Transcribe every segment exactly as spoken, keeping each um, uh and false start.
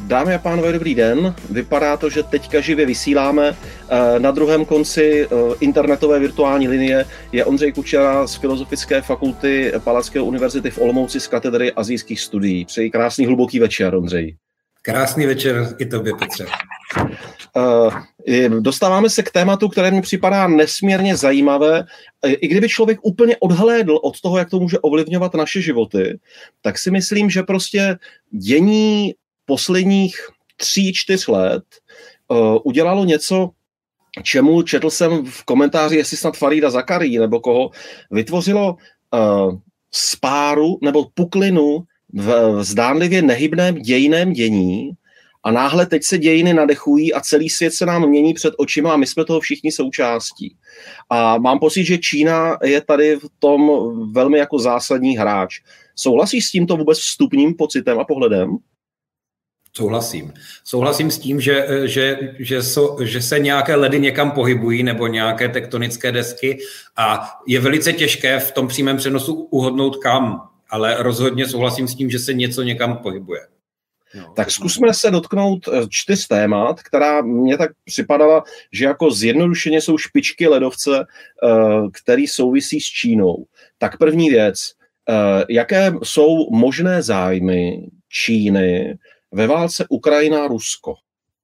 Dámy a pánové, dobrý den. Vypadá to, že teďka živě vysíláme. Na druhém konci internetové virtuální linie je Ondřej Kučera z Filozofické fakulty Palacké univerzity v Olomouci z katedry asijských studií. Přeji krásný hluboký večer, Ondřej. Krásný večer i tobě, Petře. Dostáváme se k tématu, které mi připadá nesmírně zajímavé. I kdyby člověk úplně odhlédl od toho, jak to může ovlivňovat naše životy, tak si myslím, že prostě dění posledních tří, čtyř let uh, udělalo něco, čemu četl jsem v komentáři, jestli snad Farida Zakarí nebo koho, vytvořilo uh, spáru nebo puklinu v, v zdánlivě nehybném dějiném dění a náhle teď se dějiny nadechují a celý svět se nám mění před očima a my jsme toho všichni součástí. A mám pocit, že Čína je tady v tom velmi jako zásadní hráč. Souhlasíš s tímto vůbec vstupním pocitem a pohledem? Souhlasím. Souhlasím s tím, že, že, že, so, že se nějaké ledy někam pohybují nebo nějaké tektonické desky a je velice těžké v tom přímém přenosu uhodnout kam, ale rozhodně souhlasím s tím, že se něco někam pohybuje. No, tak zkusme se dotknout čtyř témat, která mně tak připadala, že jako zjednodušeně jsou špičky ledovce, který souvisí s Čínou. Tak první věc, jaké jsou možné zájmy Číny ve válce Ukrajina-Rusko?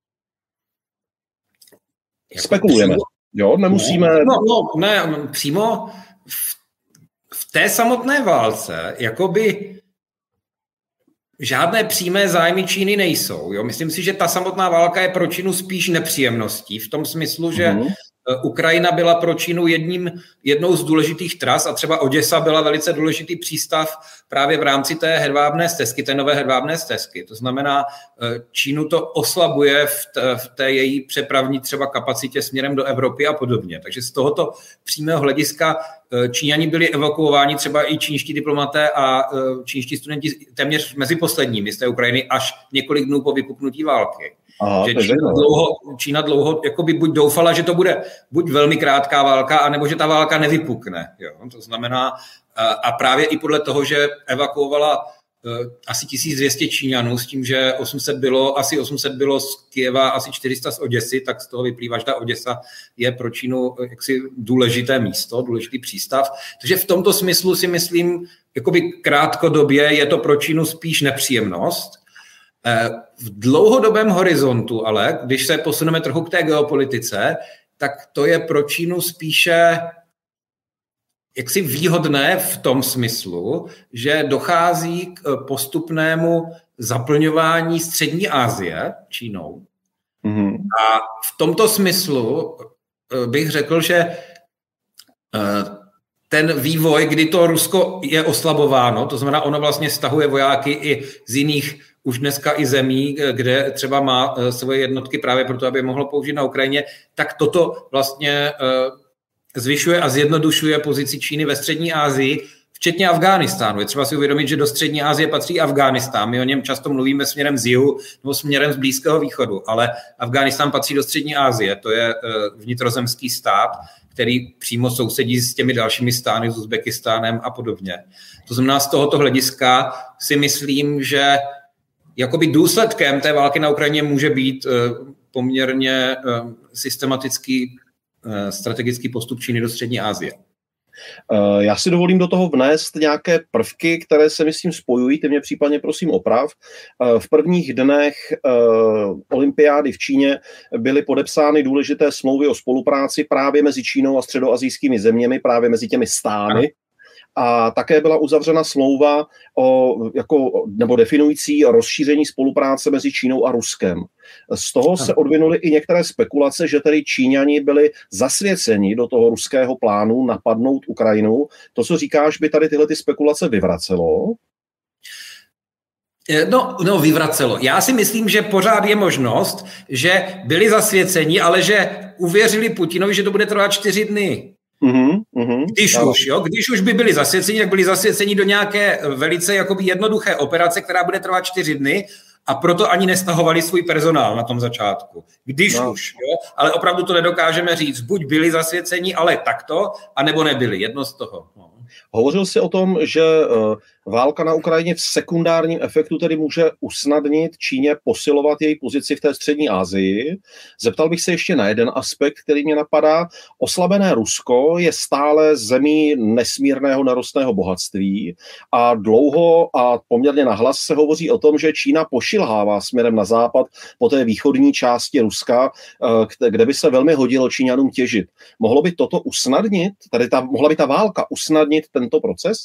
Spekulujeme. Jo, nemusíme... No, no, ne, přímo v, v té samotné válce jakoby žádné přímé zájmy Číny nejsou. Jo? Myslím si, že ta samotná válka je pro Čínu spíš nepříjemností, v tom smyslu, že mm. Ukrajina byla pro Čínu jedním, jednou z důležitých tras a třeba Oděsa byla velice důležitý přístav právě v rámci té hedvábné stezky, té nové hedvábné stezky. To znamená, Čínu to oslabuje v té, v té její přepravní třeba kapacitě směrem do Evropy a podobně. Takže z tohoto přímého hlediska Číňani byli evakuováni, třeba i čínští diplomaté a čínští studenti téměř mezi posledními z té Ukrajiny až několik dnů po vypuknutí války. Aha, že Čína dlouho, Čína dlouho jakoby buď doufala, že to bude buď velmi krátká válka, anebo že ta válka nevypukne. Jo? To znamená, a právě i podle toho, že evakuovala asi tisíc dvě stě Číňanů s tím, že osm set bylo, asi osm set bylo z Kyjeva, asi čtyři sta z Oděsy, tak z toho vyplývá, že ta Oděsa je pro Čínu jaksi důležité místo, důležitý přístav. Takže v tomto smyslu si myslím, jakoby krátkodobě je to pro Čínu spíš nepříjemnost. V dlouhodobém horizontu ale, když se posuneme trochu k té geopolitice, tak to je pro Čínu spíše jaksi výhodné v tom smyslu, že dochází k postupnému zaplňování střední Asie Čínou. Mm-hmm. A v tomto smyslu bych řekl, že ten vývoj, kdy to Rusko je oslabováno, to znamená, ono vlastně stahuje vojáky i z jiných už dneska i zemí, kde třeba má svoje jednotky právě proto, aby je mohlo použít na Ukrajině, tak toto vlastně zvyšuje a zjednodušuje pozici Číny ve střední Asii, včetně Afghánistánu. Je třeba si uvědomit, že do střední Asie patří Afghánistán. My o něm často mluvíme směrem z jihu nebo směrem z Blízkého východu, ale Afghánistán patří do střední Asie. To je vnitrozemský stát, který přímo sousedí s těmi dalšími stány, s Uzbekistánem a podobně. To znamená, z tohoto hlediska si myslím, že jakoby důsledkem té války na Ukrajině může být poměrně systematický strategický postup Číny do střední Asie. Já si dovolím do toho vnést nějaké prvky, které se myslím spojují, ty mě případně prosím oprav. V prvních dnech olympiády v Číně byly podepsány důležité smlouvy o spolupráci právě mezi Čínou a středoasijskými zeměmi, právě mezi těmi stány. A také byla uzavřena smlouva o, jako, nebo definující rozšíření spolupráce mezi Čínou a Ruskem. Z toho se odvinuly i některé spekulace, že tedy Číňani byli zasvěceni do toho ruského plánu napadnout Ukrajinu. To, co říkáš, by tady tyhle ty spekulace vyvracelo? No, no, vyvracelo. Já si myslím, že pořád je možnost, že byli zasvěceni, ale že uvěřili Putinovi, že to bude trvat čtyři dny. Uhum, uhum, když ale... už, jo, když už by byli zasvěceni, tak byli zasvěceni do nějaké velice jakoby jednoduché operace, která bude trvat čtyři dny a proto ani nestahovali svůj personál na tom začátku. Když no. už, jo, ale opravdu to nedokážeme říct. Buď byli zasvěceni, ale takto, anebo nebyli. Jedno z toho. No. Hovořil jsi o tom, že válka na Ukrajině v sekundárním efektu tedy může usnadnit Číně posilovat její pozici v té střední Asii. Zeptal bych se ještě na jeden aspekt, který mě napadá. Oslabené Rusko je stále zemí nesmírného nerostného bohatství a dlouho a poměrně nahlas se hovoří o tom, že Čína pošilhává směrem na západ po té východní části Ruska, kde by se velmi hodilo Číňanům těžit. Mohlo by toto usnadnit, tady ta, mohla by ta válka usnadnit tento proces?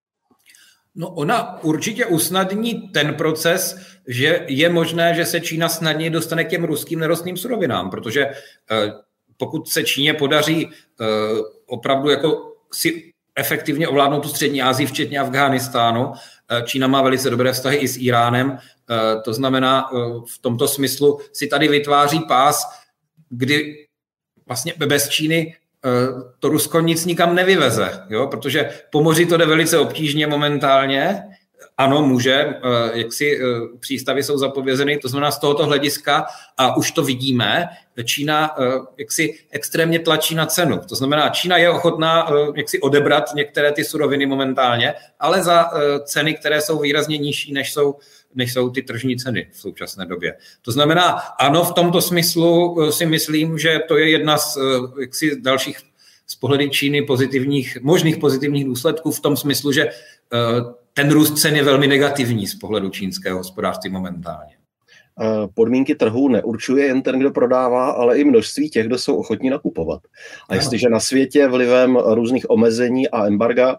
No ona určitě usnadní ten proces, že je možné, že se Čína snadněji dostane k těm ruským nerostným surovinám, protože eh, pokud se Číně podaří eh, opravdu jako si efektivně ovládnout tu střední Asii, včetně Afghánistánu, eh, Čína má velice dobré vztahy i s Iránem, eh, to znamená eh, v tomto smyslu si tady vytváří pás, kdy vlastně bez Číny to Rusko nic nikam nevyveze, jo? Protože po moři to jde velice obtížně momentálně. Ano, může, jaksi přístavy jsou zapovězeny, to znamená z tohoto hlediska, a už to vidíme, Čína jaksi extrémně tlačí na cenu. To znamená, Čína je ochotná jaksi odebrat některé ty suroviny momentálně, ale za ceny, které jsou výrazně nižší, než jsou, než jsou ty tržní ceny v současné době. To znamená, ano, v tomto smyslu si myslím, že to je jedna z jaksi dalších z pohledu Číny pozitivních, možných pozitivních důsledků v tom smyslu, že ten růst cen je velmi negativní z pohledu čínského hospodářství momentálně. Podmínky trhu neurčuje jen ten, kdo prodává, ale i množství těch, kdo jsou ochotní nakupovat. A jestliže na světě vlivem různých omezení a embarga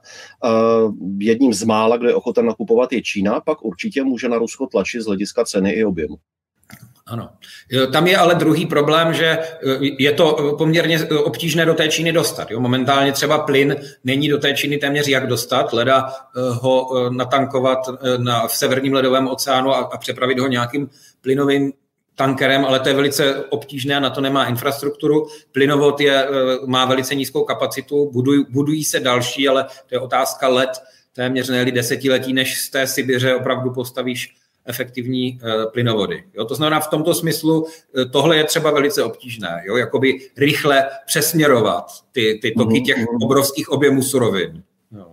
jedním z mála, kdo je ochoten nakupovat, je Čína, pak určitě může na Rusko tlačit z hlediska ceny i objemu. Ano. Tam je ale druhý problém, že je to poměrně obtížné do té Číny dostat. Jo? Momentálně třeba plyn není do té Číny téměř jak dostat, leda ho natankovat na, v severním ledovém oceánu a, a přepravit ho nějakým plynovým tankerem, ale to je velice obtížné a na to nemá infrastrukturu. Plynovod je, má velice nízkou kapacitu, budují, budují se další, ale to je otázka let, téměř ne-li desetiletí, než z té Sibiře opravdu postavíš efektivní uh, plynovody. Jo? To znamená, v tomto smyslu uh, tohle je třeba velice obtížné, jo? Jakoby rychle přesměrovat ty, ty toky těch obrovských objemů surovin. Jo?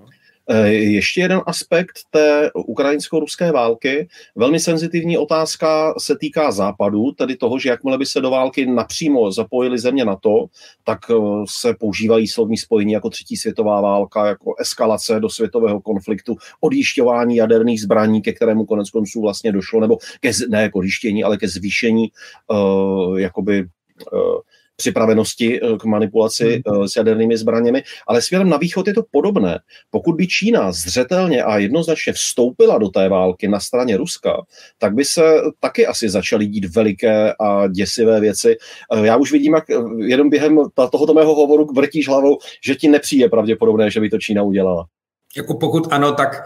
Ještě jeden aspekt té ukrajinsko-ruské války. Velmi senzitivní otázka se týká Západu, tedy toho, že jakmile by se do války napřímo zapojily země NATO, tak se používají slovní spojení jako třetí světová válka, jako eskalace do světového konfliktu, odjišťování jaderných zbraní, ke kterému konec konců vlastně došlo, nebo ke, ne k odjištění, ale ke zvýšení uh, jakoby uh, připravenosti k manipulaci s jadernými zbraněmi, ale směrem na východ je to podobné. Pokud by Čína zřetelně a jednoznačně vstoupila do té války na straně Ruska, tak by se taky asi začaly dít veliké a děsivé věci. Já už vidím, jak jenom během tohoto mého hovoru vrtíš hlavou, že ti nepřijde pravděpodobné, že by to Čína udělala. Jako pokud ano, tak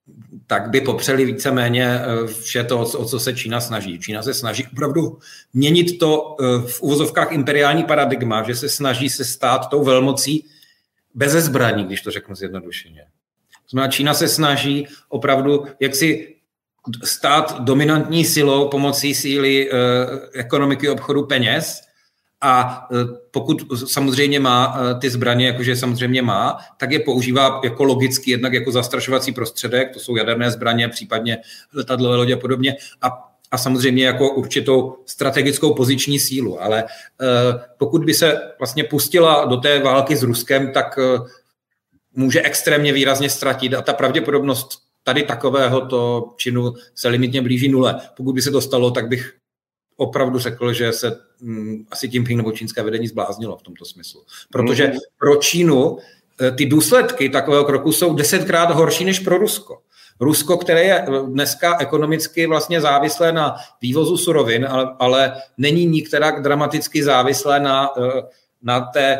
tak by popřeli víceméně vše to, o co se Čína snaží. Čína se snaží opravdu měnit to v uvozovkách imperiální paradigma, že se snaží se stát tou velmocí beze zbraní, když to řeknu zjednodušeně. Znamená, Čína se snaží opravdu jaksi stát dominantní silou pomocí síly ekonomiky, obchodu, peněz. A pokud samozřejmě má ty zbraně, jakože samozřejmě má, tak je používá jako logicky, jednak jako zastrašovací prostředek, to jsou jaderné zbraně, případně letadlové lodě a podobně, a, a samozřejmě jako určitou strategickou poziční sílu. Ale uh, pokud by se vlastně pustila do té války s Ruskem, tak uh, může extrémně výrazně ztratit a ta pravděpodobnost tady takovéhoto činu se limitně blíží nule. Pokud by se to stalo, tak bych opravdu řekl, že se hm, asi tím nebo čínské vedení zbláznilo v tomto smyslu. Protože mm. pro Čínu ty důsledky takového kroku jsou desetkrát horší než pro Rusko. Rusko, které je dneska ekonomicky vlastně závislé na vývozu surovin, ale, ale není nikterak dramaticky závislé na, na té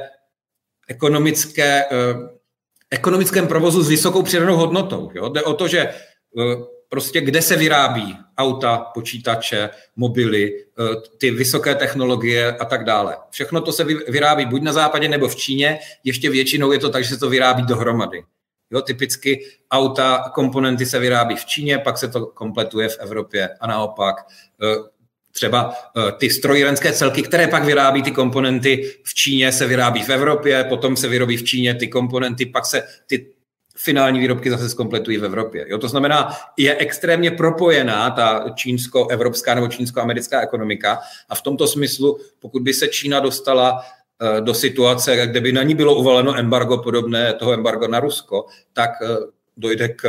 ekonomické, ekonomickém provozu s vysokou přidanou hodnotou. Jo? Jde o to, že prostě kde se vyrábí auta, počítače, mobily, ty vysoké technologie a tak dále. Všechno to se vyrábí buď na západě nebo v Číně, ještě většinou je to tak, že se to vyrábí dohromady. Jo, typicky auta, komponenty se vyrábí v Číně, pak se to kompletuje v Evropě a naopak. Třeba ty strojírenské celky, které pak vyrábí ty komponenty v Číně, se vyrábí v Evropě, potom se vyrobí v Číně ty komponenty, pak se ty finální výrobky zase zkompletují v Evropě. Jo, to znamená, je extrémně propojená ta čínsko-evropská nebo čínsko-americká ekonomika a v tomto smyslu, pokud by se Čína dostala do situace, kde by na ní bylo uvaleno embargo podobné toho embargo na Rusko, tak dojde k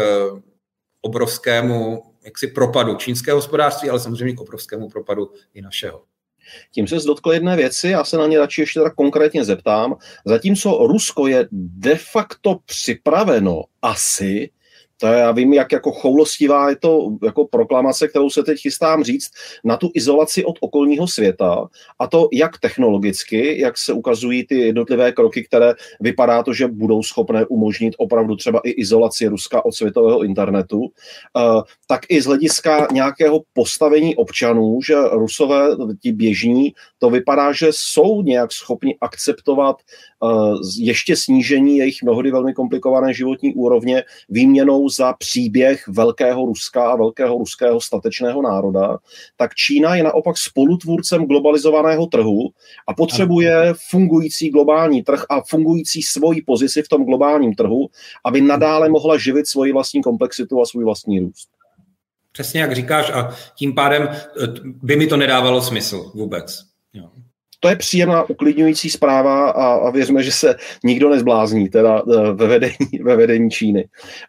obrovskému jaksi propadu čínského hospodářství, ale samozřejmě k obrovskému propadu i našeho. Tím se dotkl jedné věci, já se na ně radši ještě tak konkrétně zeptám. Zatímco Rusko je de facto připraveno asi, to já vím, jak jako choulostivá je to jako proklamace, kterou se teď chystám říct, na tu izolaci od okolního světa, a to jak technologicky, jak se ukazují ty jednotlivé kroky, které vypadá to, že budou schopné umožnit opravdu třeba i izolaci Ruska od světového internetu, tak i z hlediska nějakého postavení občanů, že Rusové, ti běžní, to vypadá, že jsou nějak schopni akceptovat ještě snížení jejich mnohdy velmi komplikované životní úrovně výměnou za příběh velkého Ruska a velkého ruského statečného národa, tak Čína je naopak spolutvůrcem globalizovaného trhu a potřebuje fungující globální trh a fungující svoji pozici v tom globálním trhu, aby nadále mohla živit svoji vlastní komplexitu a svůj vlastní růst. Přesně jak říkáš, a tím pádem by mi to nedávalo smysl vůbec. Jo. To je příjemná, uklidňující zpráva a, a věřme, že se nikdo nezblázní teda ve vedení, ve vedení Číny.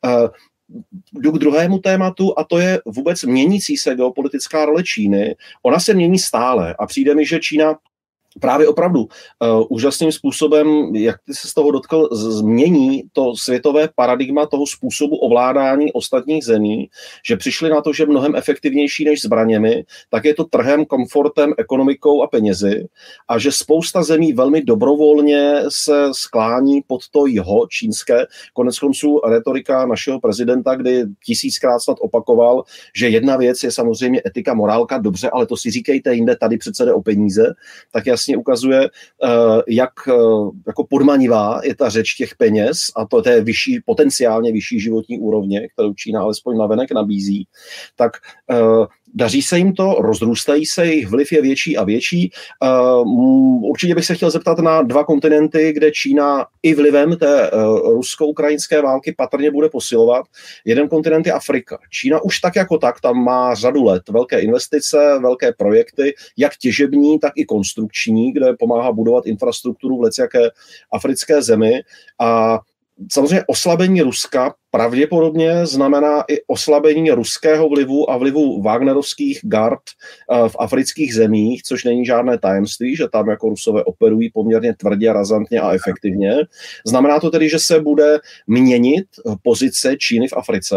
Jdu k druhému tématu a to je vůbec měnící se geopolitická role Číny. Ona se mění stále a přijde mi, že Čína právě opravdu uh, úžasným způsobem, jak ty se z toho dotkl, změní to světové paradigma toho způsobu ovládání ostatních zemí, že přišli na to, že mnohem efektivnější než zbraněmi, tak je to trhem, komfortem, ekonomikou a penězi a že spousta zemí velmi dobrovolně se sklání pod to jeho čínské. Konec konců retorika našeho prezidenta, kdy tisíckrát snad opakoval, že jedna věc je samozřejmě etika, morálka, dobře, ale to si říkejte jinde, tady přece jde o peníze, tak já jasně ukazuje, jak jako podmanivá je ta řeč těch peněz a to je vyšší, potenciálně vyšší životní úrovně, kterou Čína alespoň navenek nabízí, tak daří se jim to, rozrůstají se, jejich vliv je větší a větší. Určitě bych se chtěl zeptat na dva kontinenty, kde Čína i vlivem té rusko-ukrajinské války patrně bude posilovat. Jeden kontinent je Afrika. Čína už tak jako tak tam má řadu let velké investice, velké projekty, jak těžební, tak i konstrukční, kde pomáhá budovat infrastrukturu v lecjaké africké zemi. A samozřejmě oslabení Ruska pravděpodobně znamená i oslabení ruského vlivu a vlivu wagnerovských gard v afrických zemích, což není žádné tajemství, že tam jako Rusové operují poměrně tvrdě, razantně a efektivně. Znamená to tedy, že se bude měnit pozice Číny v Africe?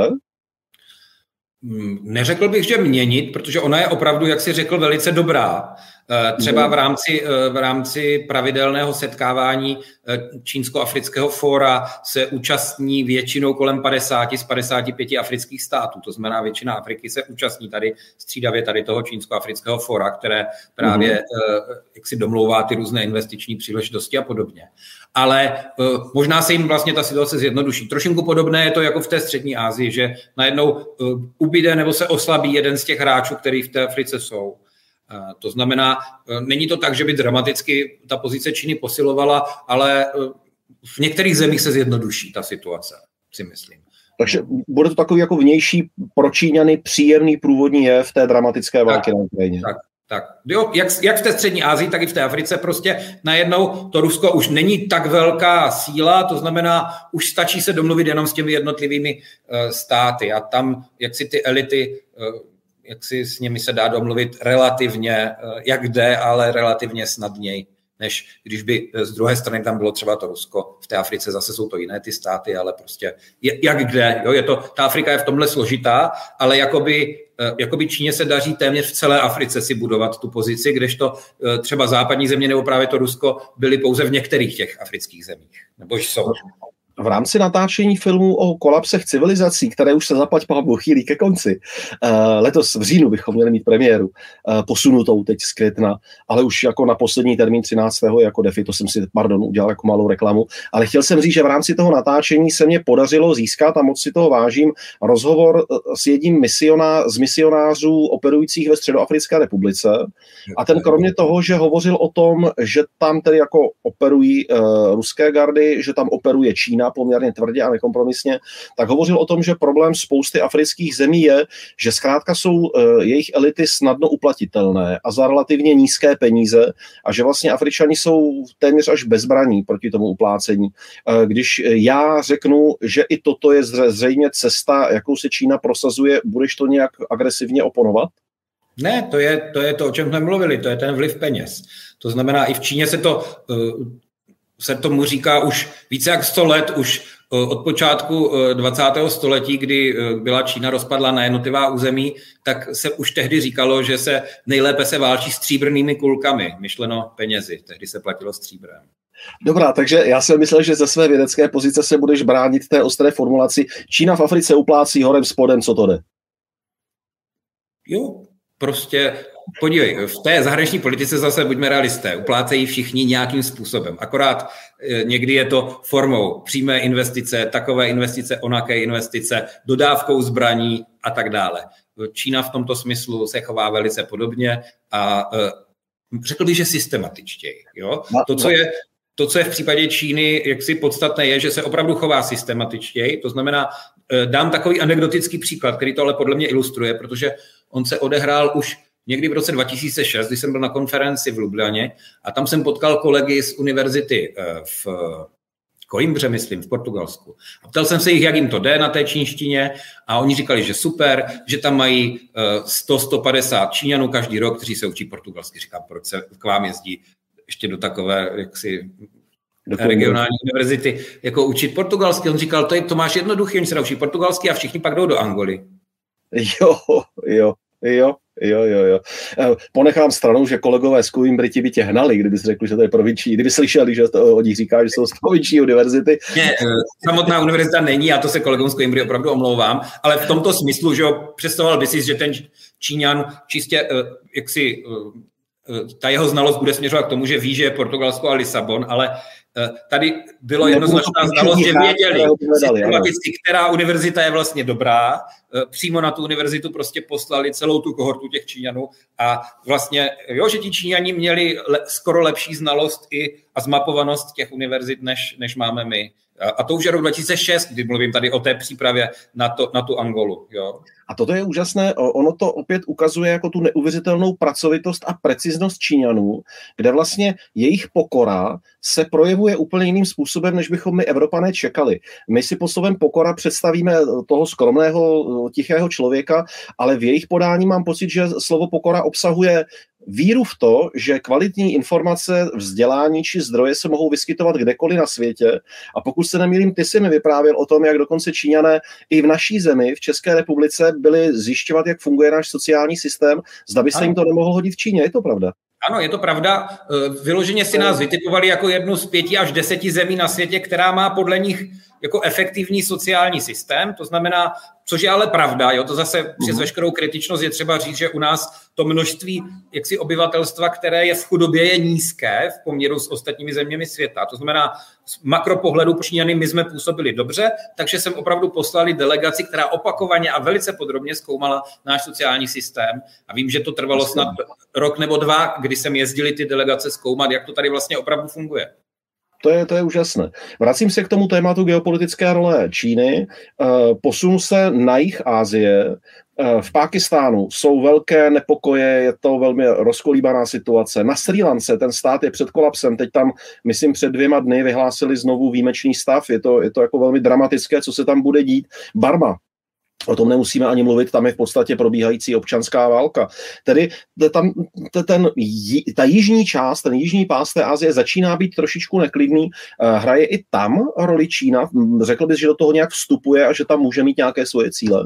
Neřekl bych, že měnit, protože ona je opravdu, jak jsi řekl, velice dobrá. Třeba v rámci, v rámci pravidelného setkávání Čínsko-afrického fóra se účastní většinou kolem padesáti z padesáti pěti afrických států. To znamená, většina Afriky se účastní tady střídavě tady toho Čínsko-afrického fóra, které právě mm. jak si domlouvá ty různé investiční příležitosti a podobně. Ale možná se jim vlastně ta situace zjednoduší. Trošinku podobné je to jako v té střední Asii, že najednou ubyde nebo se oslabí jeden z těch hráčů, který v té Africe jsou. To znamená, není to tak, že by dramaticky ta pozice Číny posilovala, ale v některých zemích se zjednoduší ta situace, si myslím. Takže bude to takový jako vnější pro Číňany příjemný průvodní jev té dramatické války na Ukrajině. Tak, tak. Jo, jak, jak v té střední Asii, tak i v té Africe prostě najednou to Rusko už není tak velká síla, to znamená, už stačí se domluvit jenom s těmi jednotlivými uh, státy a tam, jak si ty elity uh, jak si s nimi se dá domluvit relativně, jak jde, ale relativně snadněji, než když by z druhé strany tam bylo třeba to Rusko. V té Africe zase jsou to jiné ty státy, ale prostě je, jak kde. Jo? Je to, ta Afrika je v tomhle složitá, ale jakoby, jakoby Číně se daří téměř v celé Africe si budovat tu pozici, kdežto třeba západní země nebo právě to Rusko byly pouze v některých těch afrických zemích. Nebo jsou. V rámci natáčení filmů o kolapsech civilizací, které už se zaplať pánbůh chýlí ke konci, letos v říjnu bychom měli mít premiéru, posunutou teď z května, ale už jako na poslední termín třináctého jako defi, to jsem si, pardon, udělal jako malou reklamu, ale chtěl jsem říct, že v rámci toho natáčení se mě podařilo získat, a moc si toho vážím, rozhovor s jedním misioná, z misionářů operujících ve Středoafrické republice. A ten kromě toho, že hovořil o tom, že tam tedy jako operují uh, ruské gardy, že tam operuje Čína poměrně tvrdě a nekompromisně, tak hovořil o tom, že problém spousty afrických zemí je, že zkrátka jsou jejich elity snadno uplatitelné a za relativně nízké peníze a že vlastně Afričani jsou téměř až bezbraní proti tomu uplácení. Když já řeknu, že i toto je zřejmě cesta, jakou se Čína prosazuje, budeš to nějak agresivně oponovat? Ne, to je, to je to, o čem jsme mluvili, to je ten vliv peněz. To znamená, i v Číně se to, se tomu říká už více jak sto let, už od počátku dvacátého století, kdy byla Čína rozpadla na jednotlivá území, tak se už tehdy říkalo, že se nejlépe se válčí stříbrnými kulkami, myšleno penězi. Tehdy se platilo stříbrem. Dobrá, takže já jsem myslel, že ze své vědecké pozice se budeš bránit té ostré formulaci Čína v Africe uplácí horem spodem, co to jde? Jo, prostě podívej, v té zahraniční politice zase buďme realisté, uplácejí všichni nějakým způsobem. Akorát někdy je to formou přímé investice, takové investice, onaké investice, dodávkou zbraní a tak dále. Čína v tomto smyslu se chová velice podobně a řekl bych, že systematičtěji. Jo? To, co je To, co je v případě Číny jaksi podstatné, je, že se opravdu chová systematičtěji. To znamená, dám takový anekdotický příklad, který to ale podle mě ilustruje, protože on se odehrál už někdy v roce dva tisíce šest, když jsem byl na konferenci v Ljubljaně a tam jsem potkal kolegy z univerzity v Coimbře, myslím, v Portugalsku. A ptal jsem se jich, jak jim to jde na té čínštině a oni říkali, že super, že tam mají sto až sto padesát Číňanů každý rok, kteří se učí portugalsky. Říkám, proč se k vám jezdí ještě do takové jaksi regionální univerzity, jako učit portugalsky. On říkal, to, je, to máš jednoduchý, oni se naučí portugalsky a všichni pak jdou do Angoly. Jo, jo, jo, jo, jo, jo. Ponechám stranou, že kolegové z Coimbry ti by tě hnali, kdyby jsi řekl, že to je provinční, kdyby slyšeli, že to, o nich říká, že jsou z provinční univerzity. Ne, samotná univerzita není, já to se kolegům z Coimbry opravdu omlouvám, ale v tomto smyslu, že jo, představoval by si, že ten Číňan čistě, jaksi, ta jeho znalost bude směřovat k tomu, že ví, že je Portugalsko a Lisabon, ale tady bylo jednoznačná znalost, že věděli systematicky, která univerzita je vlastně dobrá. Přímo na tu univerzitu prostě poslali celou tu kohortu těch Číňanů a vlastně, jo, že ti Číňani měli le, skoro lepší znalost i a zmapovanost těch univerzit, než, než máme my. A to už je rok dva tisíce šest, kdy mluvím tady o té přípravě na, to, na tu Angolu. Jo. A toto je úžasné, ono to opět ukazuje jako tu neuvěřitelnou pracovitost a preciznost Číňanů, kde vlastně jejich pokora se projevuje úplně jiným způsobem, než bychom my Evropané čekali. My si pod slovem pokora představíme toho skromného, tichého člověka, ale v jejich podání mám pocit, že slovo pokora obsahuje víru v to, že kvalitní informace, vzdělání či zdroje se mohou vyskytovat kdekoliv na světě. A pokud se nemýlím, ty jsi mi vyprávěl o tom, jak dokonce Číňané i v naší zemi, v České republice, byli zjišťovat, jak funguje náš sociální systém. Zda by se jim to nemohlo hodit v Číně, je to pravda? Ano, je to pravda. Vyloženě si nás vytipovali jako jednu z pěti až deseti zemí na světě, která má podle nich jako efektivní sociální systém. To znamená, což je ale pravda, jo, to zase uh-huh. přes veškerou kritičnost je třeba říct, že u nás to množství jaksi obyvatelstva, které je v chudobě, je nízké v poměru s ostatními zeměmi světa. To znamená, z makropohledu pro Číňany my jsme působili dobře, takže jsem opravdu poslali delegaci, která opakovaně a velice podrobně zkoumala náš sociální systém. A vím, že to trvalo snad rok nebo dva, kdy jsem jezdili ty delegace zkoumat, jak to tady vlastně opravdu funguje. To je, to je úžasné. Vracím se k tomu tématu geopolitické role Číny. Posunu se na jih Asie. V Pákistánu jsou velké nepokoje, je to velmi rozkolíbaná situace. Na Srí Lance ten stát je před kolapsem. Teď tam, myslím, před dvěma dny vyhlásili znovu výjimečný stav. Je to, je to jako velmi dramatické, co se tam bude dít. Barma. O tom nemusíme ani mluvit, tam je v podstatě probíhající občanská válka. Tedy tam, ten, ta jižní část, ten jižní pás té Asie začíná být trošičku neklidný. Hraje i tam roli Čína? Řekl bys, že do toho nějak vstupuje a že tam může mít nějaké svoje cíle?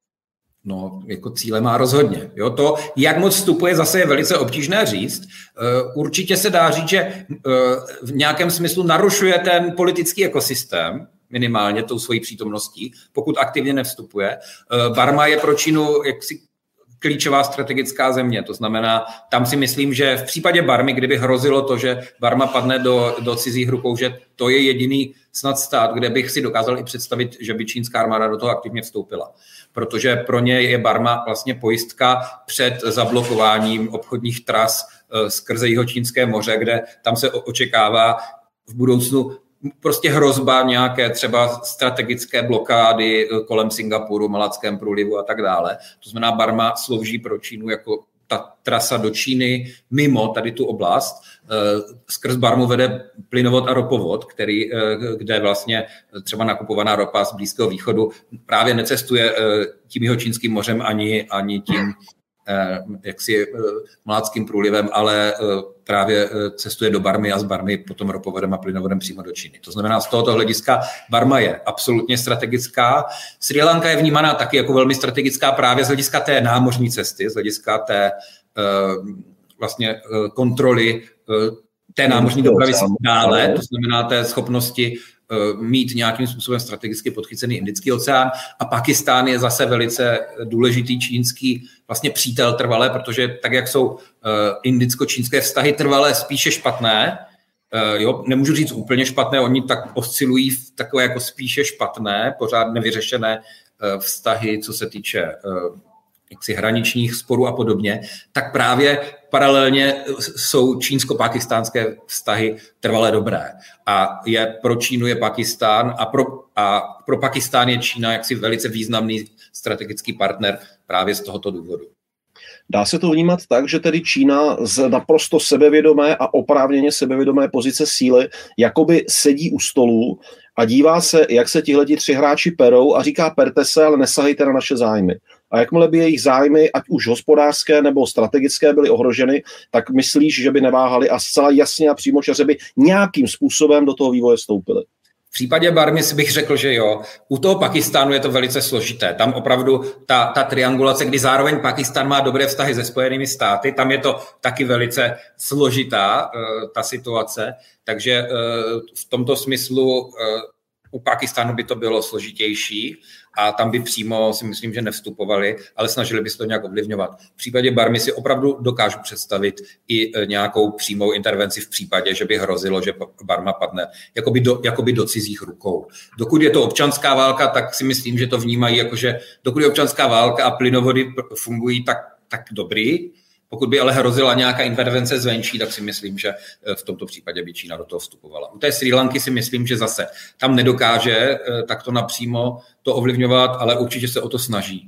No, jako cíle má rozhodně. Jo, to, jak moc vstupuje, zase je velice obtížné říct. Určitě se dá říct, že v nějakém smyslu narušuje ten politický ekosystém, minimálně tou svojí přítomností, pokud aktivně nevstupuje. Barma je pro Čínu jaksi klíčová strategická země, to znamená, tam si myslím, že v případě Barmy, kdyby hrozilo to, že Barma padne do, do cizích rukou, že to je jediný snad stát, kde bych si dokázal i představit, že by čínská armáda do toho aktivně vstoupila. Protože pro ně je Barma vlastně pojistka před zablokováním obchodních tras skrze Jihočínské moře, kde tam se očekává v budoucnu prostě hrozba nějaké třeba strategické blokády kolem Singapuru, Malackém průlivu a tak dále. To znamená, Barma slouží pro Čínu jako ta trasa do Číny mimo tady tu oblast. Skrz Barmu vede plynovod a ropovod, který, kde vlastně třeba nakupovaná ropa z Blízkého východu právě necestuje tím Jihočínským mořem ani, ani tím jaksi Malackým průlivem, ale právě cestuje do Barmy a z Barmy potom ropovodem a plynovodem přímo do Číny. To znamená, z tohoto hlediska Barma je absolutně strategická. Srí Lanka je vnímaná taky jako velmi strategická právě z hlediska té námořní cesty, z hlediska té vlastně kontroly té námořní dopravy dále, to znamená té schopnosti mít nějakým způsobem strategicky podchycený Indický oceán, a Pakistán je zase velice důležitý čínský vlastně přítel trvalé, protože tak, jak jsou indicko-čínské vztahy trvalé spíše špatné, jo, nemůžu říct úplně špatné, oni tak oscilují v takové jako spíše špatné, pořád nevyřešené vztahy, co se týče jaksi hraničních sporů a podobně, tak právě paralelně jsou čínsko-pakistánské vztahy trvale dobré. A je, pro Čínu je Pakistán a pro, a pro Pakistán je Čína jaksi velice významný strategický partner právě z tohoto důvodu. Dá se to vnímat tak, že tedy Čína z naprosto sebevědomé a oprávněně sebevědomé pozice síly jakoby sedí u stolu a dívá se, jak se tihleti tři hráči perou a říká: perte se, ale nesahejte na naše zájmy. A jakmile by jejich zájmy, ať už hospodářské nebo strategické, byly ohroženy, tak myslíš, že by neváhali a zcela jasně a přímočaře by nějakým způsobem do toho vývoje vstoupili? V případě Barmy si bych řekl, že jo. U toho Pakistánu je to velice složité. Tam opravdu ta, ta triangulace, kdy zároveň Pakistán má dobré vztahy se Spojenými státy, tam je to taky velice složitá, ta situace. Takže v tomto smyslu u Pakistánu by to bylo složitější a tam by přímo si myslím, že nevstupovali, ale snažili by se to nějak ovlivňovat. V případě Barmy si opravdu dokážu představit i nějakou přímou intervenci v případě, že by hrozilo, že Barma padne jakoby do, jakoby do cizích rukou. Dokud je to občanská válka, tak si myslím, že to vnímají jako, že dokud je občanská válka a plynovody fungují, tak, tak dobrý. Pokud by ale hrozila nějaká intervence zvenčí, tak si myslím, že v tomto případě by Čína do toho vstupovala. U té Srí Lanky si myslím, že zase tam nedokáže takto napřímo to ovlivňovat, ale určitě se o to snaží.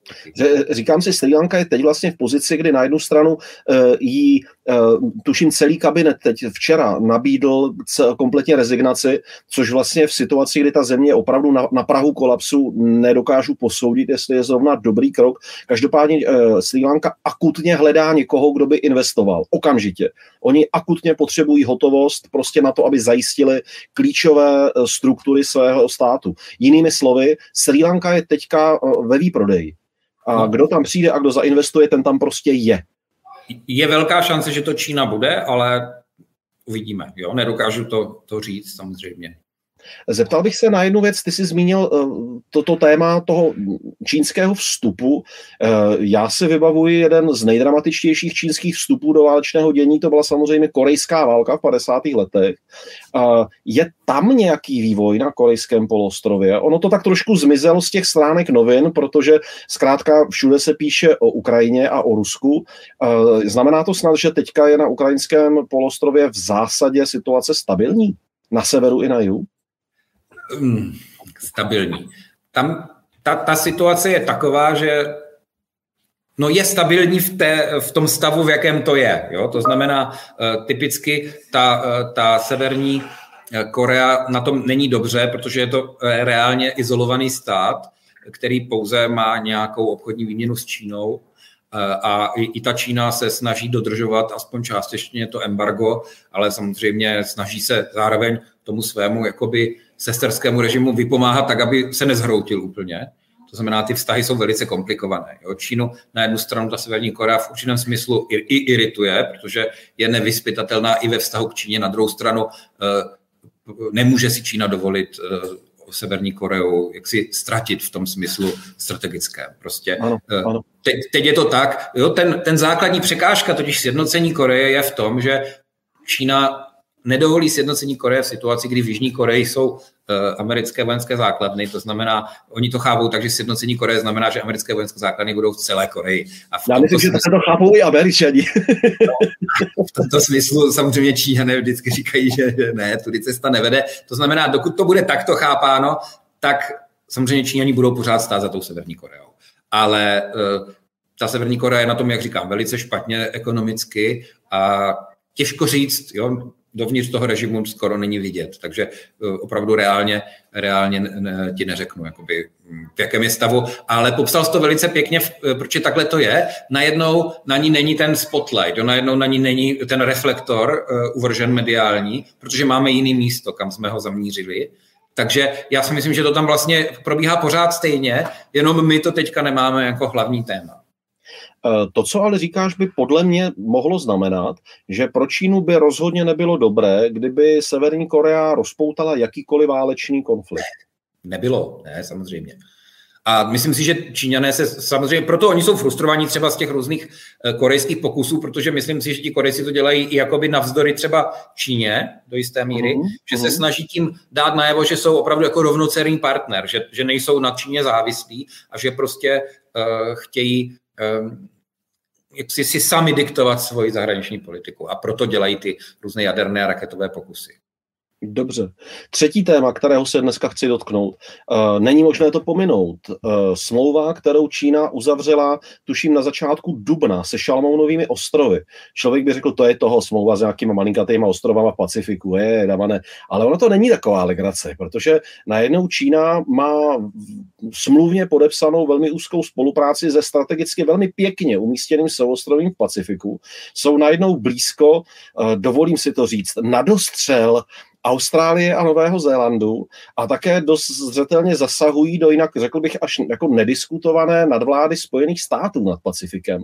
Říkám si, Srí Lanka je teď vlastně v pozici, kdy na jednu stranu uh, jí, uh, tuším, celý kabinet teď včera nabídl kompletně rezignaci, což vlastně v situaci, kdy ta země je opravdu na, na prahu kolapsu, nedokážu posoudit, jestli je zrovna dobrý krok. Každopádně uh, Srí Lanka akutně hledá někoho, kdo by investoval. Okamžitě. Oni akutně potřebují hotovost prostě na to, aby zajistili klíčové uh, struktury svého státu. Jinými slovy, Srí Lanka je teďka uh, ve výprodeji. A kdo tam přijde a kdo zainvestuje, ten tam prostě je. Je velká šance, že to Čína bude, ale uvidíme. Jo? Nedokážu to, to říct samozřejmě. Zeptal bych se na jednu věc, ty jsi zmínil toto téma toho čínského vstupu. Já si vybavuji jeden z nejdramatičtějších čínských vstupů do válečného dění, to byla samozřejmě korejská válka v padesátých letech. Je tam nějaký vývoj na korejském poloostrově? Ono to tak trošku zmizelo z těch stránek novin, protože zkrátka všude se píše o Ukrajině a o Rusku. Znamená to snad, že teďka je na ukrajinském poloostrově v zásadě situace stabilní? Na severu i na jihu? Hmm, stabilní. Tam ta, ta situace je taková, že no je stabilní v, té, v tom stavu, v jakém to je. Jo? To znamená, uh, typicky ta, uh, ta severní Korea na tom není dobře, protože je to reálně izolovaný stát, který pouze má nějakou obchodní výměnu s Čínou uh, a i, i ta Čína se snaží dodržovat aspoň částečně to embargo, ale samozřejmě snaží se zároveň tomu svému jakoby sesterskému režimu vypomáhat tak, aby se nezhroutil úplně. To znamená, ty vztahy jsou velice komplikované. Jo? Čínu na jednu stranu ta Severní Korea v určitém smyslu i, i irituje, protože je nevyzpytatelná i ve vztahu k Číně. Na druhou stranu eh, nemůže si Čína dovolit eh, Severní Koreu jak si ztratit v tom smyslu strategickém. Prostě ano, ano. Teď, teď je to tak. Jo? Ten, ten základní překážka, totiž sjednocení Koreje, je v tom, že Čína nedovolí sjednocení Koreje v situaci, kdy v Jižní Koreji jsou uh, americké vojenské základny, to znamená, oni to chápou tak, že sjednocení Koreje znamená, že americké vojenské základny budou v celé Koreji. A v Já myslím, že to chápou i Američani. No, v tomto smyslu samozřejmě Číňané vždycky říkají, že ne, tudy cesta nevede. To znamená, dokud to bude takto chápáno, tak samozřejmě Číňani budou pořád stát za tou Severní Koreou. Ale uh, ta Severní Korea je na tom, jak říkám, velice špatně ekonomicky a těžko říct, jo, dovnitř toho režimu skoro není vidět, takže opravdu reálně, reálně ne, ti neřeknu, jakoby, v jakém je stavu, ale popsal jsi to velice pěkně, protože takhle to je, najednou na ní není ten spotlight, jo, najednou na ní není ten reflektor uh, uvržen mediální, protože máme jiný místo, kam jsme ho zamířili. Takže já si myslím, že to tam vlastně probíhá pořád stejně, jenom my to teďka nemáme jako hlavní téma. To, co ale říkáš, by podle mě mohlo znamenat, že pro Čínu by rozhodně nebylo dobré, kdyby Severní Korea rozpoutala jakýkoliv válečný konflikt. Nebylo, ne, samozřejmě. A myslím si, že Číňané se samozřejmě, proto oni jsou frustrovaní třeba z těch různých korejských pokusů, protože myslím si, že ti Korejci to dělají i jakoby navzdory třeba Číně do jisté míry, mm, že mm. se snaží tím dát najevo, že jsou opravdu jako rovnocenný partner, že, že nejsou na Číně závislí a že prostě uh, chtějí um, jak si, si sami diktovat svoji zahraniční politiku a proto dělají ty různé jaderné a raketové pokusy. Dobře. Třetí téma, kterého se dneska chci dotknout. Není možné to pominout. Smlouva, kterou Čína uzavřela, tuším na začátku dubna se Šalmounovými ostrovy. Člověk by řekl, to je toho smlouva s nějakýma malinkatýma ostrovama v Pacifiku. Je, damane. Ale ono to není taková legrace, protože najednou Čína má smluvně podepsanou velmi úzkou spolupráci se strategicky velmi pěkně umístěným souostrovím v Pacifiku. Jsou najednou blízko, dovolím si to říct, na dostřel Austrálie a Nového Zélandu a také dost zřetelně zasahují do jinak, řekl bych, až jako nediskutované nadvlády Spojených států nad Pacifikem.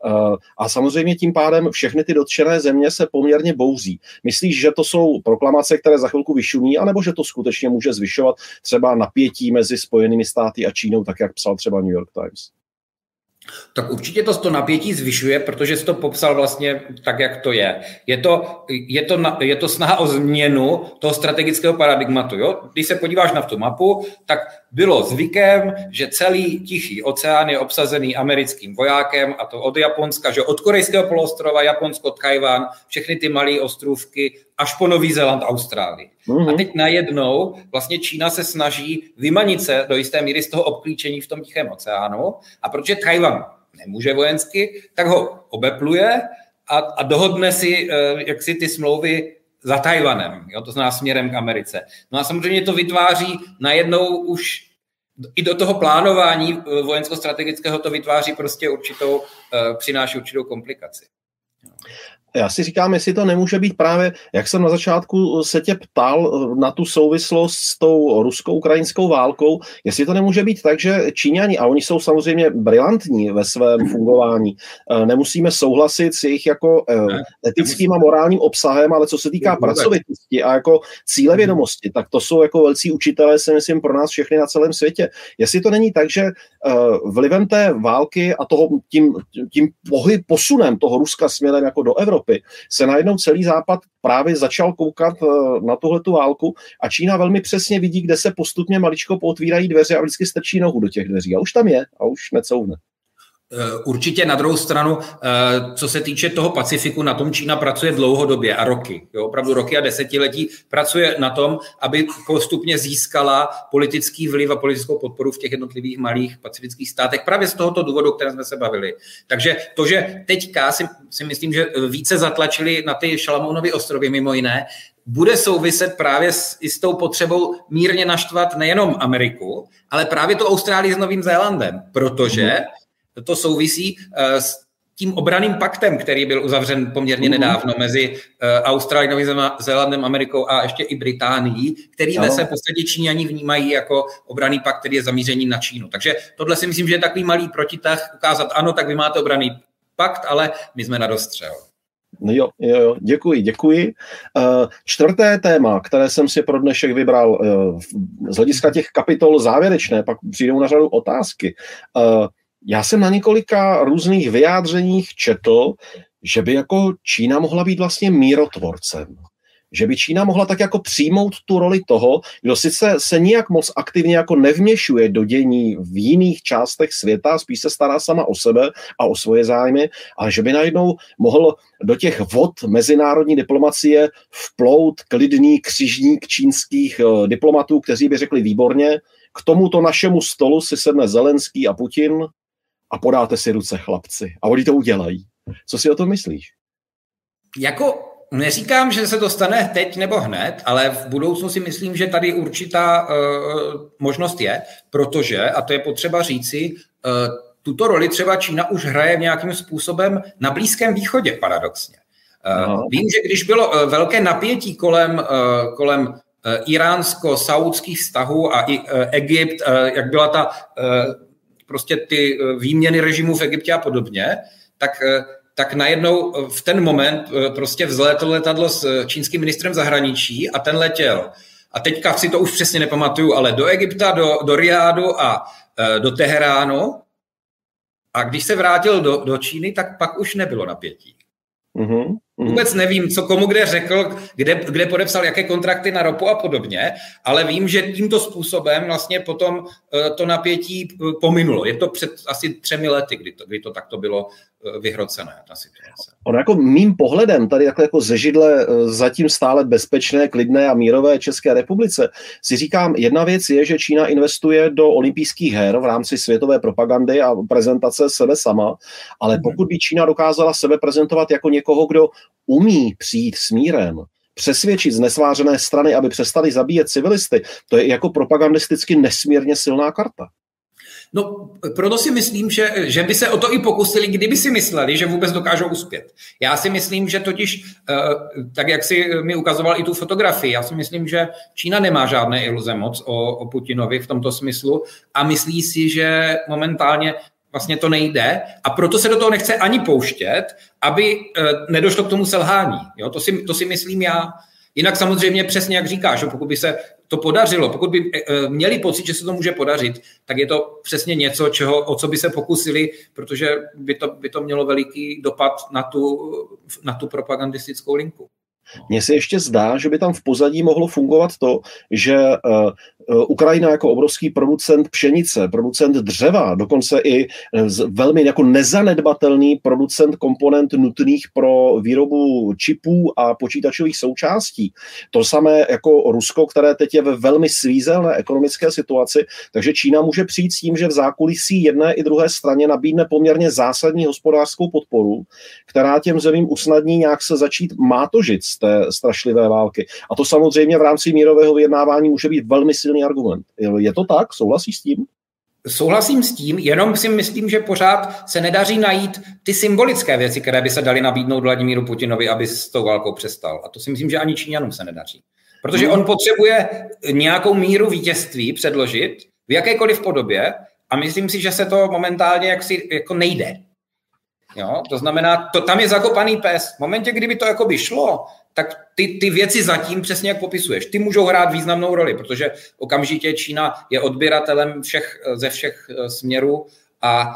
A samozřejmě tím pádem všechny ty dotčené země se poměrně bouří. Myslíš, že to jsou proklamace, které za chvilku vyšumí, anebo že to skutečně může zvyšovat třeba napětí mezi Spojenými státy a Čínou, tak jak psal třeba New York Times? Tak určitě to, to napětí zvyšuje, protože jsi to popsal vlastně tak, jak to je. Je to, je to, je to snaha o změnu toho strategického paradigmatu. Jo? Když se podíváš na tu mapu, tak bylo zvykem, že celý Tichý oceán je obsazený americkým vojákem, a to od Japonska, že od Korejského poloostrova, Japonsko, Tchaj-wan, všechny ty malé ostrůvky, až po Nový Zéland, Austrálii. Mm-hmm. A teď najednou vlastně Čína se snaží vymanit se do jisté míry z toho obklíčení v tom Tichém oceánu, a protože Tchaj-wan nemůže vojensky, tak ho obepluje a, a dohodne si jak si ty smlouvy za Tchaj-wanem, jo, to znamená směrem k Americe. No a samozřejmě to vytváří najednou už i do toho plánování vojensko-strategického to vytváří prostě určitou, přináší určitou komplikaci. Já si říkám, jestli to nemůže být právě, jak jsem na začátku se tě ptal na tu souvislost s tou rusko-ukrajinskou válkou, jestli to nemůže být tak, že Číňani, a oni jsou samozřejmě brilantní ve svém fungování, nemusíme souhlasit s jejich jako etickým a morálním obsahem, ale co se týká pracovitosti a jako cílevědomosti, tak to jsou jako velcí učitelé, si myslím, pro nás všechny na celém světě. Jestli to není tak, že vlivem té války a toho tím, tím pohyb, posunem toho Ruska směrem jako do Evropy se najednou celý Západ právě začal koukat na tuhletu válku a Čína velmi přesně vidí, kde se postupně maličko pootvírají dveře a vždycky strčí nohu do těch dveří. A už tam je a už necouvne. Určitě na druhou stranu, co se týče toho Pacifiku, na tom Čína pracuje dlouhodobě a roky. Jo, opravdu roky a desetiletí pracuje na tom, aby postupně získala politický vliv a politickou podporu v těch jednotlivých malých pacifických státech právě z tohoto důvodu, o kterém jsme se bavili. Takže to, že teďka si, si myslím, že více zatlačili na ty Šalamounovy ostrovy mimo jiné, bude souviset právě s, i s tou potřebou mírně naštvat nejenom Ameriku, ale právě tu Austrálii s Novým Zélandem, protože to souvisí s tím obranným paktem, který byl uzavřen poměrně nedávno mezi Austrálií, Novým Zélandem, Amerikou a ještě i Británií, který ve své podstatě Číňani vnímají jako obranný pakt, který je zamířený na Čínu. Takže tohle si myslím, že je takový malý protitah ukázat, ano, tak vy máte obranný pakt, ale my jsme na dostřel. No jo, jo, jo, děkuji, děkuji. Uh, čtvrté téma, které jsem si pro dnešek vybral, uh, z hlediska těch kapitol závěrečné, pak přijdou na řadu otázky. Uh, Já jsem na několika různých vyjádřeních četl, že by jako Čína mohla být vlastně mírotvorcem. že by Čína mohla tak jako přijmout tu roli toho, kdo sice se nijak moc aktivně jako nevměšuje do dění v jiných částech světa, spíš se stará sama o sebe a o svoje zájmy, ale že by najednou mohl do těch vod mezinárodní diplomacie vplout klidný křižník čínských uh, diplomatů, kteří by řekli výborně, k tomuto našemu stolu si sedne Zelenský a Putin a podáte si ruce, chlapci. A oni to udělají. Co si o tom myslíš? Jako neříkám, že se to stane teď nebo hned, ale v budoucnu si myslím, že tady určitá uh, možnost je, protože, a to je potřeba říci, uh, tuto roli třeba Čína už hraje nějakým způsobem na Blízkém východě, paradoxně. Uh, vím, že když bylo uh, velké napětí kolem, uh, kolem uh, iránsko-saudských vztahů a i, uh, Egypt, uh, jak byla ta uh, prostě ty uh, výměny režimu v Egyptě a podobně, tak uh, tak najednou v ten moment prostě vzlétlo letadlo s čínským ministrem zahraničí a ten letěl. A teďka si to už přesně nepamatuju, ale do Egypta, do, do Riádu a do Teheránu. A když se vrátil do, do Číny, tak pak už nebylo napětí. Mm-hmm. Vůbec nevím, co komu kde řekl, kde, kde podepsal jaké kontrakty na ropu a podobně, ale vím, že tímto způsobem vlastně potom to napětí pominulo. Je to před asi třemi lety, kdy to, kdy to takto bylo vyhrocené, ta situace. Ono jako mým pohledem, tady takhle jako ze židle zatím stále bezpečné, klidné a mírové České republice, si říkám, jedna věc je, že Čína investuje do olympijských her v rámci světové propagandy a prezentace sebe sama, ale pokud by Čína dokázala sebe prezentovat jako někoho, kdo umí přijít s mírem, přesvědčit znesvářené strany, aby přestali zabíjet civilisty, to je jako propagandisticky nesmírně silná karta. No, proto si myslím, že, že by se o to i pokusili, kdyby si mysleli, že vůbec dokážou uspět. Já si myslím, že totiž, tak jak si mi ukazoval i tu fotografii, já si myslím, že Čína nemá žádné iluze moc o, o Putinovi v tomto smyslu a myslí si, že momentálně vlastně to nejde a proto se do toho nechce ani pouštět, aby nedošlo k tomu selhání. Jo? To, si, to si myslím já. Jinak samozřejmě přesně jak říkáš, pokud by se to podařilo, pokud by měli pocit, že se to může podařit, tak je to přesně něco, čeho, o co by se pokusili, protože by to, by to mělo veliký dopad na tu, na tu propagandistickou linku. Mně se ještě zdá, že by tam v pozadí mohlo fungovat to, že uh, Ukrajina jako obrovský producent pšenice, producent dřeva, dokonce i velmi jako nezanedbatelný producent komponent nutných pro výrobu čipů a počítačových součástí. To samé jako Rusko, které teď je ve velmi svízelné ekonomické situaci, takže Čína může přijít s tím, že v zákulisí jedné i druhé straně nabídne poměrně zásadní hospodářskou podporu, která těm zemím usnadní nějak se začít mátožit z té strašlivé války. A to samozřejmě v rámci mírového vyjednávání může být velmi silný argument. Je to tak? Souhlasíš s tím? Souhlasím s tím, jenom si myslím, že pořád se nedaří najít ty symbolické věci, které by se daly nabídnout Vladimíru Putinovi, aby s tou válkou přestal. A to si myslím, že ani Číňanům se nedaří. Protože on potřebuje nějakou míru vítězství předložit v jakékoliv podobě a myslím si, že se to momentálně jaksi jako nejde. Jo? To znamená, to, tam je zakopaný pes. V momentě, kdyby to jako by šlo, tak ty, ty věci zatím, přesně jak popisuješ, ty můžou hrát významnou roli, protože okamžitě Čína je odběratelem všech, ze všech směrů a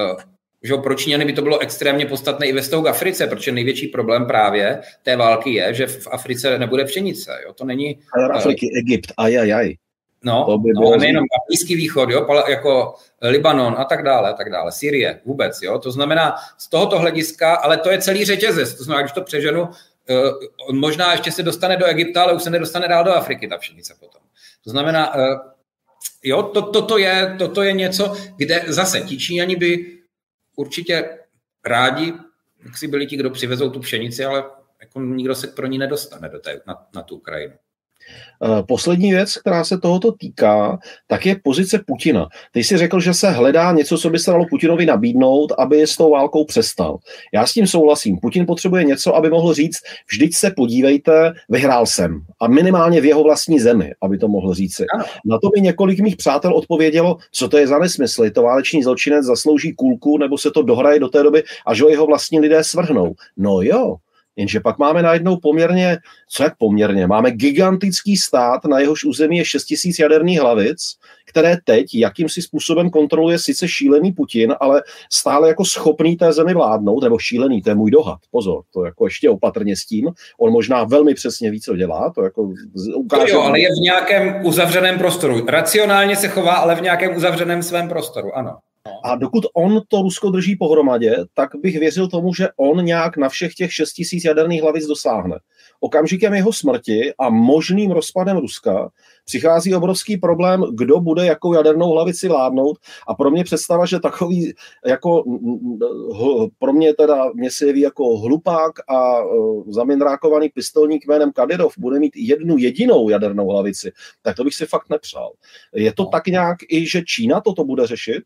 že pro Číňany by to bylo extrémně podstatné i ve vztahu k Africe, protože největší problém právě té války je, že v Africe nebude pšenice. Jo? To není... Afriky, Egypt, ajajaj. No, by no nejenom Blízký východ, jo, jako Libanon a tak dále, a tak dále, Syrie vůbec, jo, to znamená z tohoto hlediska, ale to je celý řetězec, to znamená, když to přeženu, uh, možná ještě se dostane do Egypta, ale už se nedostane dál do Afriky ta pšenice potom. To znamená, uh, jo, to, toto, je, toto je něco, kde zase ti Číňani by určitě rádi, jak si byli ti, kdo přivezou tu pšenici, ale jako nikdo se pro ní nedostane do té, na, na tu Ukrajinu. Poslední věc, která se tohoto týká, tak je pozice Putina. Ty jsi řekl, že se hledá něco, co by se dalo Putinovi nabídnout, aby s tou válkou přestal. Já s tím souhlasím. Putin potřebuje něco, aby mohl říct, vždyť se podívejte, vyhrál jsem. A minimálně v jeho vlastní zemi, aby to mohl říci. Ano. Na to by několik mých přátel odpovědělo, co to je za nesmysl. To válečný zločinec zaslouží kulku, nebo se to dohraje do té doby, až ho jeho vlastní lidé svrhnou. No jo, Jenže pak máme najednou poměrně, co jak poměrně, máme gigantický stát, na jehož území je šest tisíc jaderných hlavic, které teď jakýmsi způsobem kontroluje sice šílený Putin, ale stále jako schopný té zemi vládnout, nebo šílený, to je můj dohad, pozor, to jako ještě opatrně s tím, on možná velmi přesně ví, co dělá, to jako ukáže. To jo, ale je v nějakém uzavřeném prostoru. Racionálně se chová, ale v nějakém uzavřeném svém prostoru, ano. A dokud on to Rusko drží pohromadě, tak bych věřil tomu, že on nějak na všech těch šest tisíc jaderných hlavic dosáhne. Okamžikem jeho smrti a možným rozpadem Ruska přichází obrovský problém, kdo bude jakou jadernou hlavici vládnout, a pro mě představa, že takový jako pro mě teda mě se jeví jako hlupák a zamindrákovaný pistolník jménem Kadyrov bude mít jednu jedinou jadernou hlavici, tak to bych si fakt nepřál. Je to tak nějak i, že Čína toto bude řešit?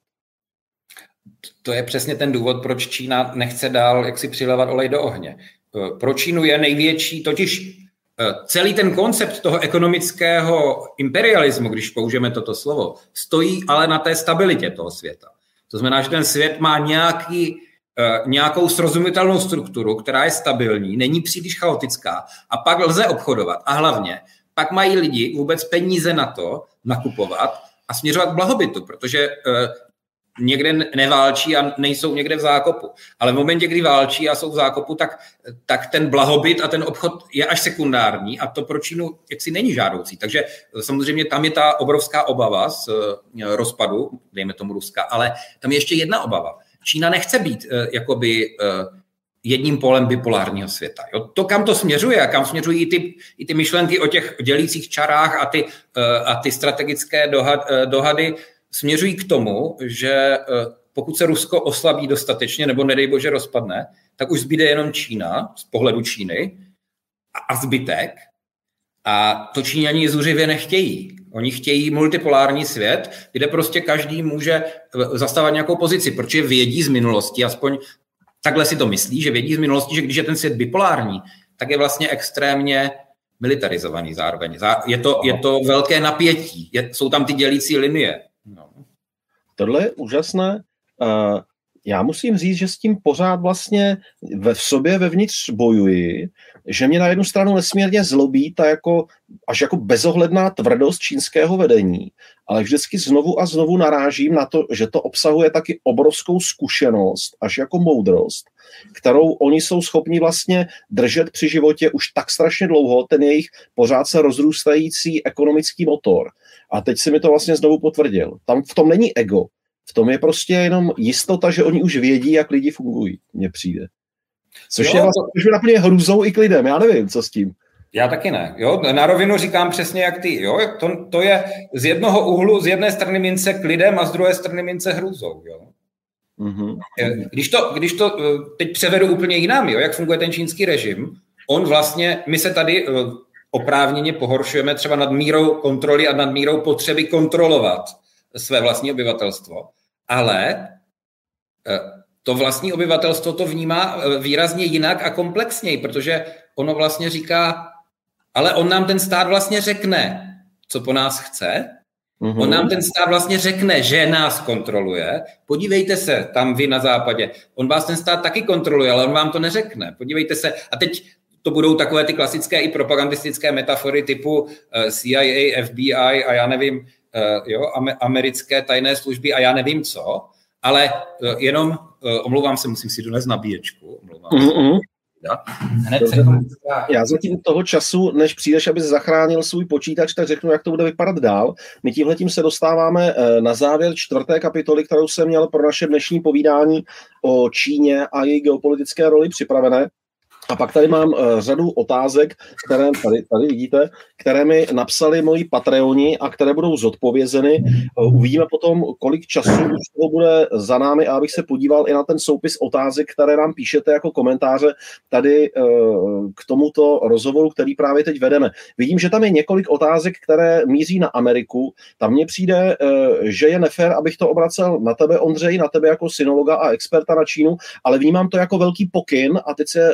To je přesně ten důvod, proč Čína nechce dál jak si přilévat olej do ohně. Pro Čínu je největší, totiž celý ten koncept toho ekonomického imperialismu, když použijeme toto slovo, stojí ale na té stabilitě toho světa. To znamená, že ten svět má nějaký, nějakou srozumitelnou strukturu, která je stabilní, není příliš chaotická a pak lze obchodovat. A hlavně pak mají lidi vůbec peníze na to nakupovat a směřovat k blahobytu, protože někde neválčí a nejsou někde v zákopu. Ale v momentě, kdy válčí a jsou v zákopu, tak, tak ten blahobyt a ten obchod je až sekundární a to pro Čínu jaksi není žádoucí. Takže samozřejmě tam je ta obrovská obava z rozpadu, dejme tomu Ruska, ale tam je ještě jedna obava. Čína nechce být jakoby jedním polem bipolárního světa. Jo? To, kam to směřuje a kam směřují i ty, i ty myšlenky o těch dělících čarách a ty, a ty strategické dohad, dohady, směřují k tomu, že pokud se Rusko oslabí dostatečně, nebo nedej bože rozpadne, tak už zbyde jenom Čína z pohledu Číny a zbytek. A to Číňani zuřivě nechtějí. Oni chtějí multipolární svět, kde prostě každý může zastávat nějakou pozici, protože vědí z minulosti, aspoň takhle si to myslí, že vědí z minulosti, že když je ten svět bipolární, tak je vlastně extrémně militarizovaný zároveň. Je to, je to velké napětí, je, jsou tam ty dělící linie. No. Tohle je úžasné. Uh, já musím říct, že s tím pořád vlastně ve v sobě vevnitř bojuji, že mě na jednu stranu nesmírně zlobí ta jako, až jako bezohledná tvrdost čínského vedení, ale vždycky znovu a znovu narážím na to, že to obsahuje taky obrovskou zkušenost, až jako moudrost, kterou oni jsou schopni vlastně držet při životě už tak strašně dlouho, ten jejich pořád se rozrůstající ekonomický motor. A teď si mi to vlastně znovu potvrdil. Tam v tom není ego. V tom je prostě jenom jistota, že oni už vědí, jak lidi fungují, mně přijde. Což jo, je vlastně, už mi naplně hrůzou i k lidem, já nevím, co s tím. Já taky ne. Jo? Na rovinu říkám přesně jak ty. Jo? To, to je z jednoho úhlu, z jedné strany mince k lidem a z druhé strany mince hrůzou. Jo? Mm-hmm. Když, to, když to teď převedu úplně jinam, jo? Jak funguje ten čínský režim, on vlastně, my se tady oprávněně pohoršujeme třeba nad mírou kontroly a nad mírou potřeby kontrolovat své vlastní obyvatelstvo, ale to vlastní obyvatelstvo to vnímá výrazně jinak a komplexněji, protože ono vlastně říká, ale on nám ten stát vlastně řekne, co po nás chce, mm-hmm. On nám ten stát vlastně řekne, že nás kontroluje, podívejte se tam vy na západě, on vás ten stát taky kontroluje, ale on vám to neřekne, podívejte se, a teď to budou takové ty klasické i propagandistické metafory typu C I A, F B I a já nevím, jo, americké tajné služby a já nevím co, ale jenom, omlouvám se, musím si donést nabíječku. Omlouvám mm-hmm. Hned se Já zatím toho času, než přijdeš, abys zachránil svůj počítač, tak řeknu, jak to bude vypadat dál. My tímhletím se dostáváme na závěr čtvrté kapitoly, kterou jsem měl pro naše dnešní povídání o Číně a její geopolitické roli připravené. A pak tady mám uh, řadu otázek, které tady, tady vidíte, které mi napsali moji Patreoni a které budou zodpovězeny. Uh, uvidíme potom, kolik času už toho bude za námi, a abych se podíval i na ten soupis otázek, které nám píšete jako komentáře tady uh, k tomuto rozhovoru, který právě teď vedeme. Vidím, že tam je několik otázek, které míří na Ameriku. Tam mně přijde, uh, že je nefér, abych to obracel na tebe, Ondřej, na tebe jako synologa a experta na Čínu, ale vnímám to jako velký pokyn a teď se obracím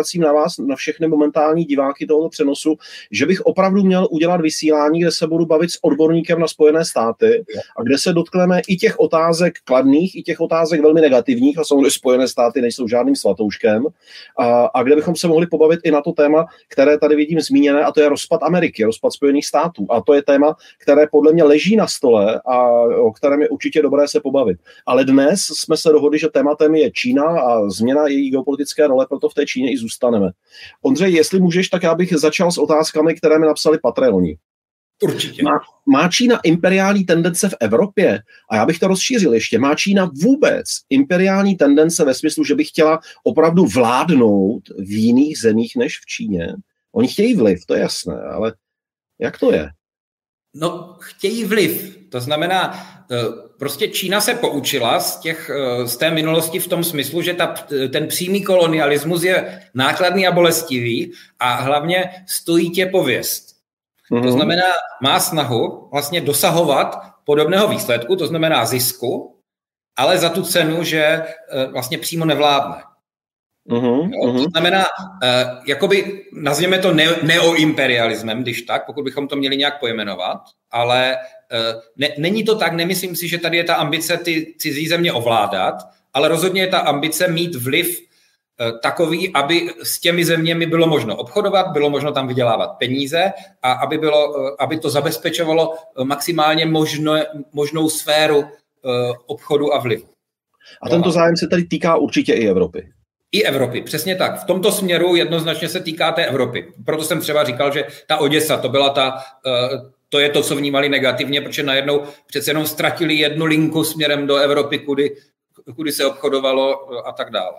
obracím na vás, na všechny momentální diváky tohoto přenosu, že bych opravdu měl udělat vysílání, kde se budu bavit s odborníkem na Spojené státy a kde se dotkneme i těch otázek kladných, i těch otázek velmi negativních, a samozřejmě Spojené státy nejsou žádným svatouškem, a, a kde bychom se mohli pobavit i na to téma, které tady vidím zmíněné, a to je rozpad Ameriky, rozpad Spojených států. A to je téma, které podle mě leží na stole a o kterém je určitě dobré se pobavit. Ale dnes jsme se dohodli, že tématem je Čína a změna její geopolitické role, proto v té Číně i zůstaneme. Ondřej, jestli můžeš, tak já bych začal s otázkami, které mi napsali Patreoni. Určitě. Má, má Čína imperiální tendence v Evropě? A já bych to rozšířil ještě. Má Čína vůbec imperiální tendence ve smyslu, že by chtěla opravdu vládnout v jiných zemích než v Číně? Oni chtějí vliv, to je jasné, ale jak to je? No, chtějí vliv. To znamená, prostě Čína se poučila z, těch, z té minulosti v tom smyslu, že ta, ten přímý kolonialismus je nákladný a bolestivý a hlavně stojí tě pověst. Mm-hmm. To znamená, má snahu vlastně dosahovat podobného výsledku, to znamená zisku, ale za tu cenu, že vlastně přímo nevládne. Mm-hmm. Jo, to znamená, uh, jakoby nazvěme to ne- neoimperialismem, když tak, pokud bychom to měli nějak pojmenovat, ale uh, ne- není to tak, nemyslím si, že tady je ta ambice ty cizí země ovládat, ale rozhodně je ta ambice mít vliv uh, takový, aby s těmi zeměmi bylo možno obchodovat, bylo možno tam vydělávat peníze a aby, bylo, uh, aby to zabezpečovalo uh, maximálně možno, možnou sféru uh, obchodu a vlivu. A tento zájem se tady týká určitě i Evropy. I Evropy, přesně tak. V tomto směru jednoznačně se týká té Evropy. Proto jsem třeba říkal, že ta Oděsa, to byla ta, to je to, co vnímali negativně, protože najednou přece jenom ztratili jednu linku směrem do Evropy, kudy, kudy se obchodovalo a tak dále.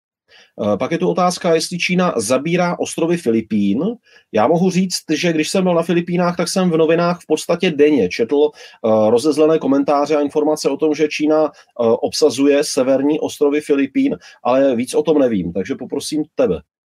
Pak je tu otázka, jestli Čína zabírá ostrovy Filipín. Já mohu říct, že když jsem byl na Filipínách, tak jsem v novinách v podstatě denně četl uh, rozezlené komentáře a informace o tom, že Čína uh, obsazuje severní ostrovy Filipín, ale víc o tom nevím, takže poprosím tebe.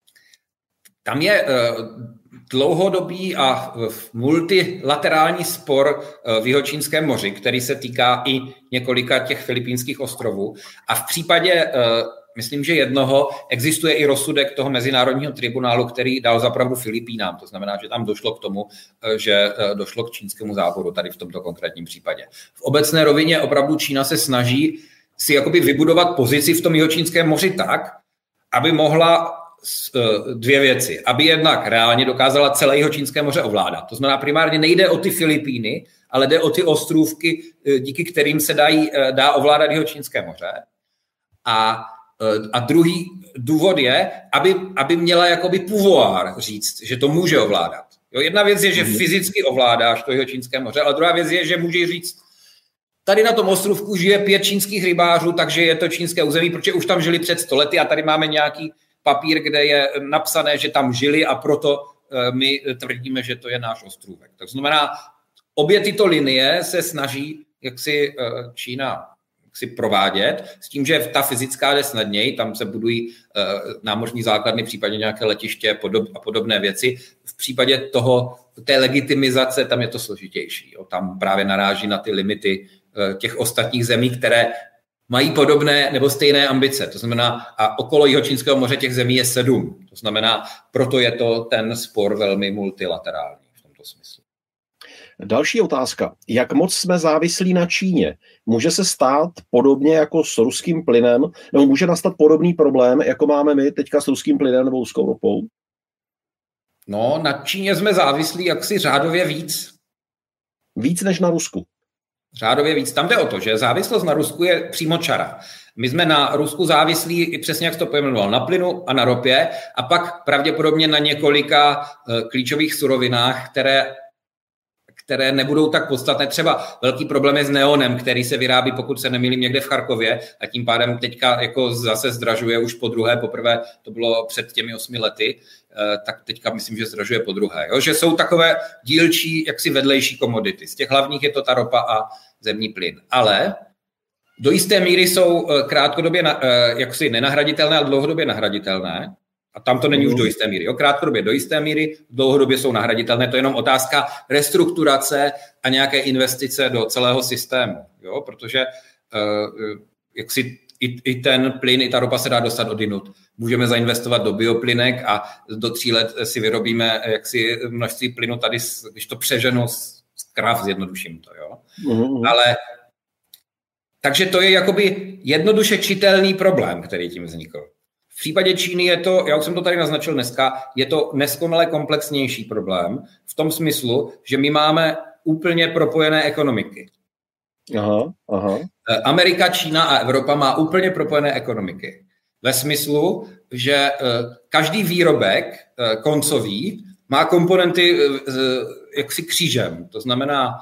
Tam je uh, dlouhodobý a multilaterální spor uh, v Jihočínském moři, který se týká i několika těch filipínských ostrovů. A v případě uh, myslím, že jednoho existuje i rozsudek toho mezinárodního tribunálu, který dal zapravdu Filipínám. To znamená, že tam došlo k tomu, že došlo k čínskému záboru tady v tomto konkrétním případě. V obecné rovině opravdu Čína se snaží si jakoby vybudovat pozici v tom Jihočínském moři tak, aby mohla dvě věci. Aby jednak reálně dokázala celé Jihočínské moře ovládat. To znamená, primárně nejde o ty Filipíny, ale jde o ty ostrůvky, díky kterým se dají, dá ovládat Jihočínské moře. A A druhý důvod je, aby, aby měla jakoby pouvoir říct, že to může ovládat. Jo, jedna věc je, že fyzicky ovládáš to Jihočínské moře, ale druhá věc je, že může říct, tady na tom ostrovku žije pět čínských rybářů, takže je to čínské území, protože už tam žili před sto lety a tady máme nějaký papír, kde je napsané, že tam žili a proto my tvrdíme, že to je náš ostrůvek. To znamená, obě tyto linie se snaží, jak si Čína si provádět, s tím, že ta fyzická jde snadněji, tam se budují uh, námořní základny, případně nějaké letiště podob, a podobné věci. V případě toho, té legitimizace, tam je to složitější. Jo. Tam právě naráží na ty limity uh, těch ostatních zemí, které mají podobné nebo stejné ambice. To znamená, a okolo Jihočínského moře těch zemí je sedm. To znamená, proto je to ten spor velmi multilaterální v tomto smyslu. Další otázka. Jak moc jsme závislí na Číně? Může se stát podobně jako s ruským plynem, nebo může nastat podobný problém, jako máme my teďka s ruským plynem nebo ruskou ropou? No, na Číně jsme závislí jaksi řádově víc. Víc než na Rusku? Řádově víc. Tam jde o to, že závislost na Rusku je přímo čara. My jsme na Rusku závislí, i přesně jak to pojmenoval, na plynu a na ropě a pak pravděpodobně na několika uh, klíčových surovinách, které které nebudou tak podstatné. Třeba velký problém je s neonem, který se vyrábí, pokud se nemýlím, někde v Charkově a tím pádem teďka jako zase zdražuje už po druhé, poprvé to bylo před těmi osmi lety, tak teďka myslím, že zdražuje po druhé. Jo? Že jsou takové dílčí, jaksi vedlejší komodity. Z těch hlavních je to ta ropa a zemní plyn. Ale do jisté míry jsou krátkodobě jaksi nenahraditelné, ale dlouhodobě nahraditelné. A tam to není už do jisté míry. Jo, krátkodobě do jisté míry, dlouhodobě jsou nahraditelné. To je jenom otázka restrukturace a nějaké investice do celého systému. Jo, protože uh, jak si i, i ten plyn, i ta ropa se dá dostat odinut. Můžeme zainvestovat do bioplynek a do tří let si vyrobíme jaksi množství plynu tady, když to přeženu z, z krav, zjednoduším to. Jo? Mm-hmm. Ale takže to je jakoby jednoduše čitelný problém, který tím vznikl. V případě Číny je to, já už jsem to tady naznačil dneska, je to neskonale komplexnější problém v tom smyslu, že my máme úplně propojené ekonomiky. Aha, aha. Amerika, Čína a Evropa má úplně propojené ekonomiky. Ve smyslu, že každý výrobek koncový má komponenty jaksi křížem. To znamená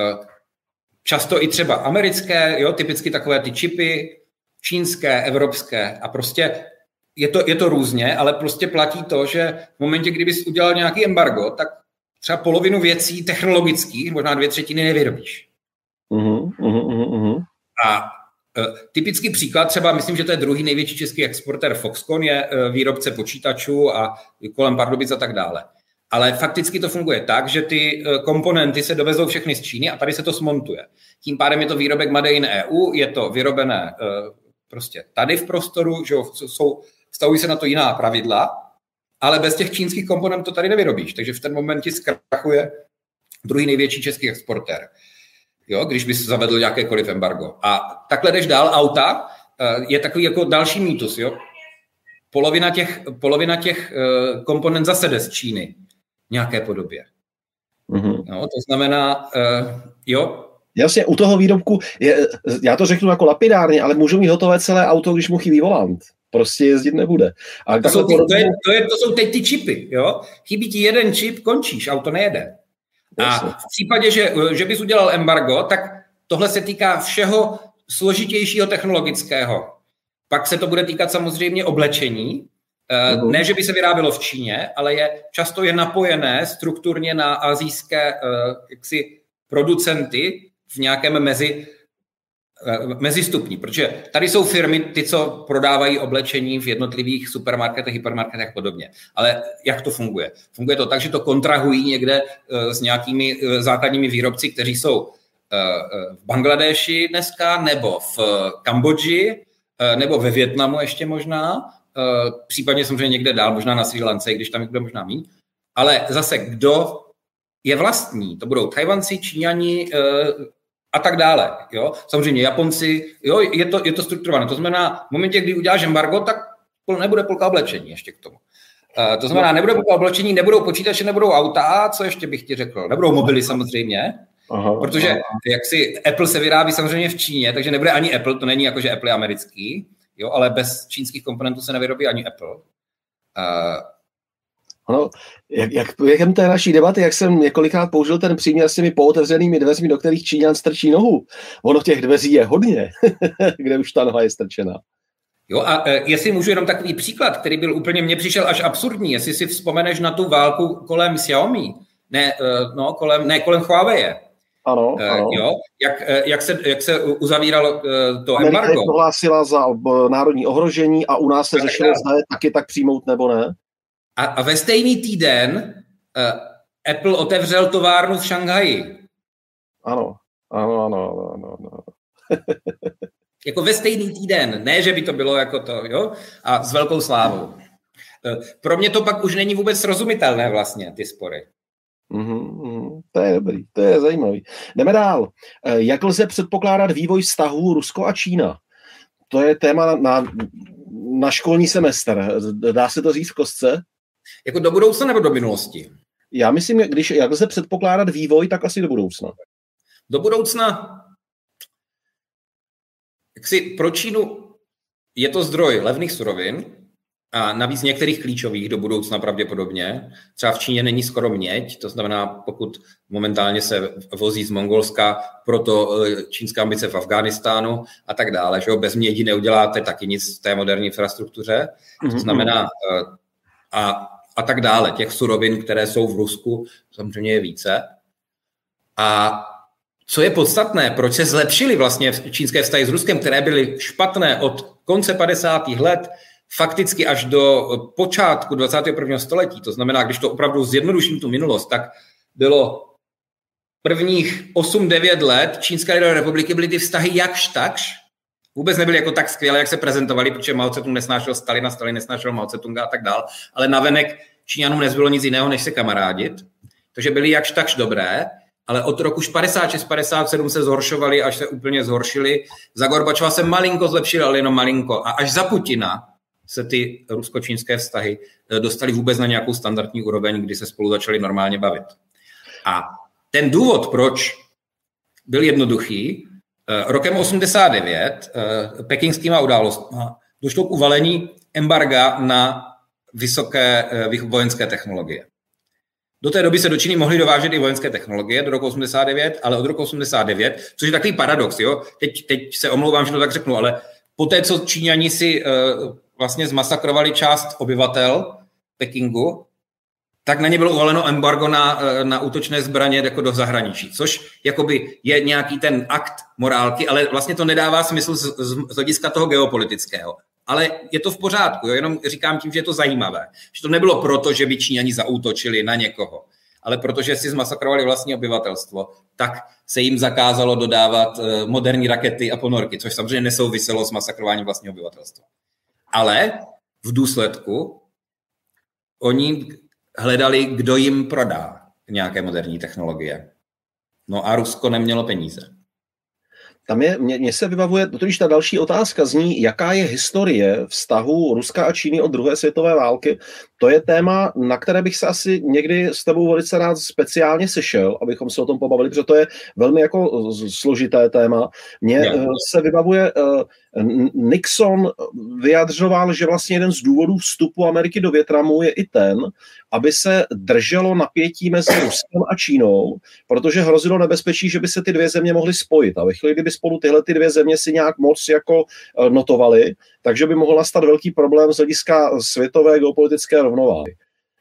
často i třeba americké, jo, typicky takové ty čipy, čínské, evropské a prostě je to, je to různě, ale prostě platí to, že v momentě, kdybys udělal nějaký embargo, tak třeba polovinu věcí technologických, možná dvě třetiny nevyrobíš. Uh-huh, uh-huh, uh-huh. A e, typický příklad, třeba myslím, že to je druhý největší český exportér Foxconn, je e, výrobce počítačů a kolem Pardubic a tak dále. Ale fakticky to funguje tak, že ty e, komponenty se dovezou všechny z Číny a tady se to smontuje. Tím pádem je to výrobek Made in E U, je to vyrobené e, prostě tady v prostoru, že jsou, vztahují se na to jiná pravidla, ale bez těch čínských komponentů to tady nevyrobíš. Takže v ten moment ti zkrachuje druhý největší český exportér. Jo, když bys zavedl jakékoliv embargo. A takhle jdeš dál, auta je takový jako další mýtus. Jo? Polovina těch, polovina těch komponent zase jde z Číny v nějaké podobě. Mm-hmm. Jo, to znamená, jo. Jasně, u toho výrobku, je, já to řeknu jako lapidárně, ale můžu mít hotové celé auto, když mu chybí volant. Prostě jezdit nebude. A to, jsou ty, to, je, to, je, to jsou teď ty čipy. Jo? Chybí ti jeden čip, končíš, auto nejede. A v případě, že, že bys udělal embargo, tak tohle se týká všeho složitějšího technologického. Pak se to bude týkat samozřejmě oblečení. Uh-huh. Ne, že by se vyrábělo v Číně, ale je, často je napojené strukturně na asijské uh, jaksi producenty v nějakém mezi, uh, mezistupni. Protože tady jsou firmy, ty, co prodávají oblečení v jednotlivých supermarketech, hypermarketech a podobně. Ale jak to funguje? Funguje to tak, že to kontrahují někde uh, s nějakými uh, základními výrobci, kteří jsou uh, uh, v Bangladeši dneska, nebo v uh, Kambodži, uh, nebo ve Vietnamu ještě možná, uh, případně samozřejmě někde dál, možná na Srí Lance, když tam jich bude možná míň. Ale zase, kdo je vlastní? To budou Tajvanci, Číňani, uh, a tak dále. Jo? Samozřejmě Japonci, jo, je to, je to strukturované. To znamená, v momentě, kdy uděláš embargo, tak nebude polka oblečení ještě k tomu. Uh, to znamená, nebude polka oblečení, nebudou počítače, nebudou auta, co ještě bych ti řekl? Nebudou mobily samozřejmě, aha, protože aha. Jak si Apple se vyrábí samozřejmě v Číně, takže nebude ani Apple, to není jako, že Apple je americký, jo, ale bez čínských komponentů se nevyrobí ani Apple. Uh, Ano, jak, jak během té naší debaty, jak jsem několikrát použil ten příměr s těmi pootevřenými dveřmi, do kterých Číňan strčí nohu. Ono těch dveří je hodně, kde už ta noha je strčená. Jo, a e, jestli můžu jenom takový příklad, který byl úplně, mně přišel až absurdní, jestli si vzpomeneš na tu válku kolem Xiaomi, ne, e, no, kolem, ne kolem Huawei. Ano, e, ano. Jo, jak, e, jak, se, jak se uzavíralo e, to Amerika embargo. prohlásila za národní ohrožení a u nás se řešilo, zda je taky tak přijmout nebo ne. A, a ve stejný týden uh, Apple otevřel továrnu v Šanghaji. Ano, ano, ano, ano, ano. Jako ve stejný týden, ne, že by to bylo jako to, jo, a s velkou slávou. Uh, pro mě to pak už není vůbec srozumitelné vlastně, ty spory. Mm-hmm, to je dobrý, to je zajímavý. Jdeme dál. Jak lze předpokládat vývoj vztahů Rusko a Čína? To je téma na, na školní semestr. Dá se to říct v kostce? Jako do budoucna nebo do minulosti? Já myslím, když jak lze předpokládat vývoj, tak asi do budoucna. Do budoucna, jak si pro Čínu je to zdroj levných surovin a navíc některých klíčových do budoucna pravděpodobně. Třeba v Číně není skoro měď, to znamená, pokud momentálně se vozí z Mongolska, proto čínská ambice v Afghánistánu a tak dále, že jo, bez mědi neuděláte taky nic v té moderní infrastruktuře. To znamená a, a tak dále. Těch surovin, které jsou v Rusku, samozřejmě je více. A co je podstatné, proč se zlepšily vlastně čínské vztahy s Ruskem, které byly špatné od konce padesátých let, fakticky až do počátku dvacátého prvního století, to znamená, když to opravdu zjednoduším tu minulost, tak bylo prvních osm devět let Čínské lidové republiky byly ty vztahy jakž takž Vůbec nebyli jako tak skvělé, jak se prezentovali, protože Mao Tse-tung nesnášel Stalina, Stalin nesnášel Mao Tse-tunga a tak dál, ale navenek Číňanům nezbylo nic jiného, než se kamarádit. Takže byli jakž takž dobré, ale od roku padesát šest padesát sedm se zhoršovali, až se úplně zhoršili. Za Gorbačova se malinko zlepšili, ale jenom malinko. A až za Putina se ty rusko-čínské vztahy dostaly vůbec na nějakou standardní úroveň, kdy se spolu začali normálně bavit. A ten důvod, proč, byl jednoduchý. Rokem osmdesát devět pekingskýma událostmi došlo k uvalení embarga na vysoké vojenské technologie. Do té doby se do Číny mohly dovážet i vojenské technologie do roku osmdesát devět, ale od roku osmdesát devět, což je takový paradox, jo? Teď, teď se omlouvám, že to tak řeknu, ale poté, co Číňani si uh, vlastně zmasakrovali část obyvatel Pekingu, tak na ně bylo uvaleno embargo na, na útočné zbraně jako do zahraničí, což jakoby je nějaký ten akt morálky, ale vlastně to nedává smysl z, z hlediska toho geopolitického. Ale je to v pořádku, jo? Jenom říkám tím, že je to zajímavé. Že to nebylo proto, že by Číňani zaútočili na někoho, ale protože si zmasakrovali vlastní obyvatelstvo, tak se jim zakázalo dodávat moderní rakety a ponorky, což samozřejmě nesouviselo s masakrováním vlastního obyvatelstva. Ale v důsledku oni hledali, kdo jim prodá nějaké moderní technologie. No a Rusko nemělo peníze. Tam je, mně se vybavuje, totiž ta další otázka zní, jaká je historie vztahu Ruska a Číny od druhé světové války. To je téma, na které bych se asi někdy s tebou velice rád speciálně sešel, abychom se o tom pobavili, protože to je velmi jako složité téma. Mně yeah. se vybavuje, Nixon vyjadřoval, že vlastně jeden z důvodů vstupu Ameriky do Vietnamu je i ten, aby se drželo napětí mezi Ruskem a Čínou, protože hrozilo nebezpečí, že by se ty dvě země mohly spojit. A ve chvíli, kdyby spolu tyhle ty dvě země si nějak moc jako notovaly, takže by mohl nastat velký problém z hlediska světové geopolitické rovnováhy.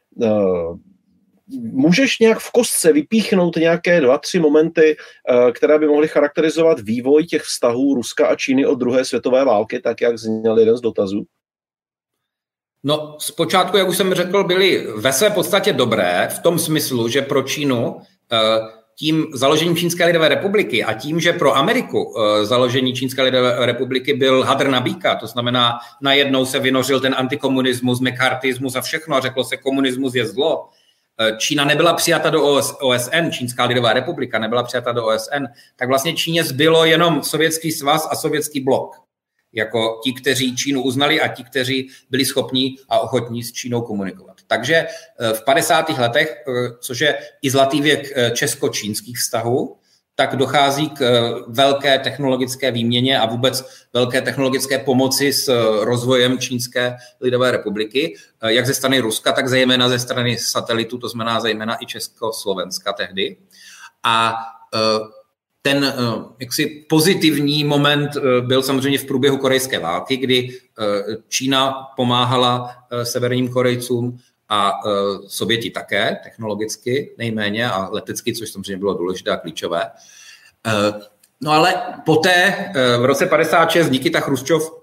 Můžeš nějak v kostce vypíchnout nějaké dva, tři momenty, které by mohly charakterizovat vývoj těch vztahů Ruska a Číny od druhé světové války, tak jak zněl jeden z dotazů? No, zpočátku, jak už jsem řekl, byly ve své podstatě dobré v tom smyslu, že pro Čínu tím založením Čínské lidové republiky a tím, že pro Ameriku založení Čínské lidové republiky byl hadr na býka, to znamená, najednou se vynořil ten antikomunismus, mekartismus a všechno a řeklo se, komunismus je zlo. Čína nebyla přijata do O S N, Čínská lidová republika nebyla přijata do O S N, tak vlastně Číně zbylo jenom Sovětský svaz a Sovětský blok. Jako ti, kteří Čínu uznali a ti, kteří byli schopní a ochotní s Čínou komunikovat. Takže v padesátých letech, což je i zlatý věk česko-čínských vztahů, tak dochází k velké technologické výměně a vůbec velké technologické pomoci s rozvojem Čínské lidové republiky, jak ze strany Ruska, tak zejména ze strany satelitu, to znamená zejména i Československa tehdy. A ten jaksi pozitivní moment byl samozřejmě v průběhu korejské války, kdy Čína pomáhala severním Korejcům a Sověti také, technologicky nejméně a letecky, což samozřejmě bylo důležité a klíčové. No ale poté v roce padesát šest Nikita Chruščov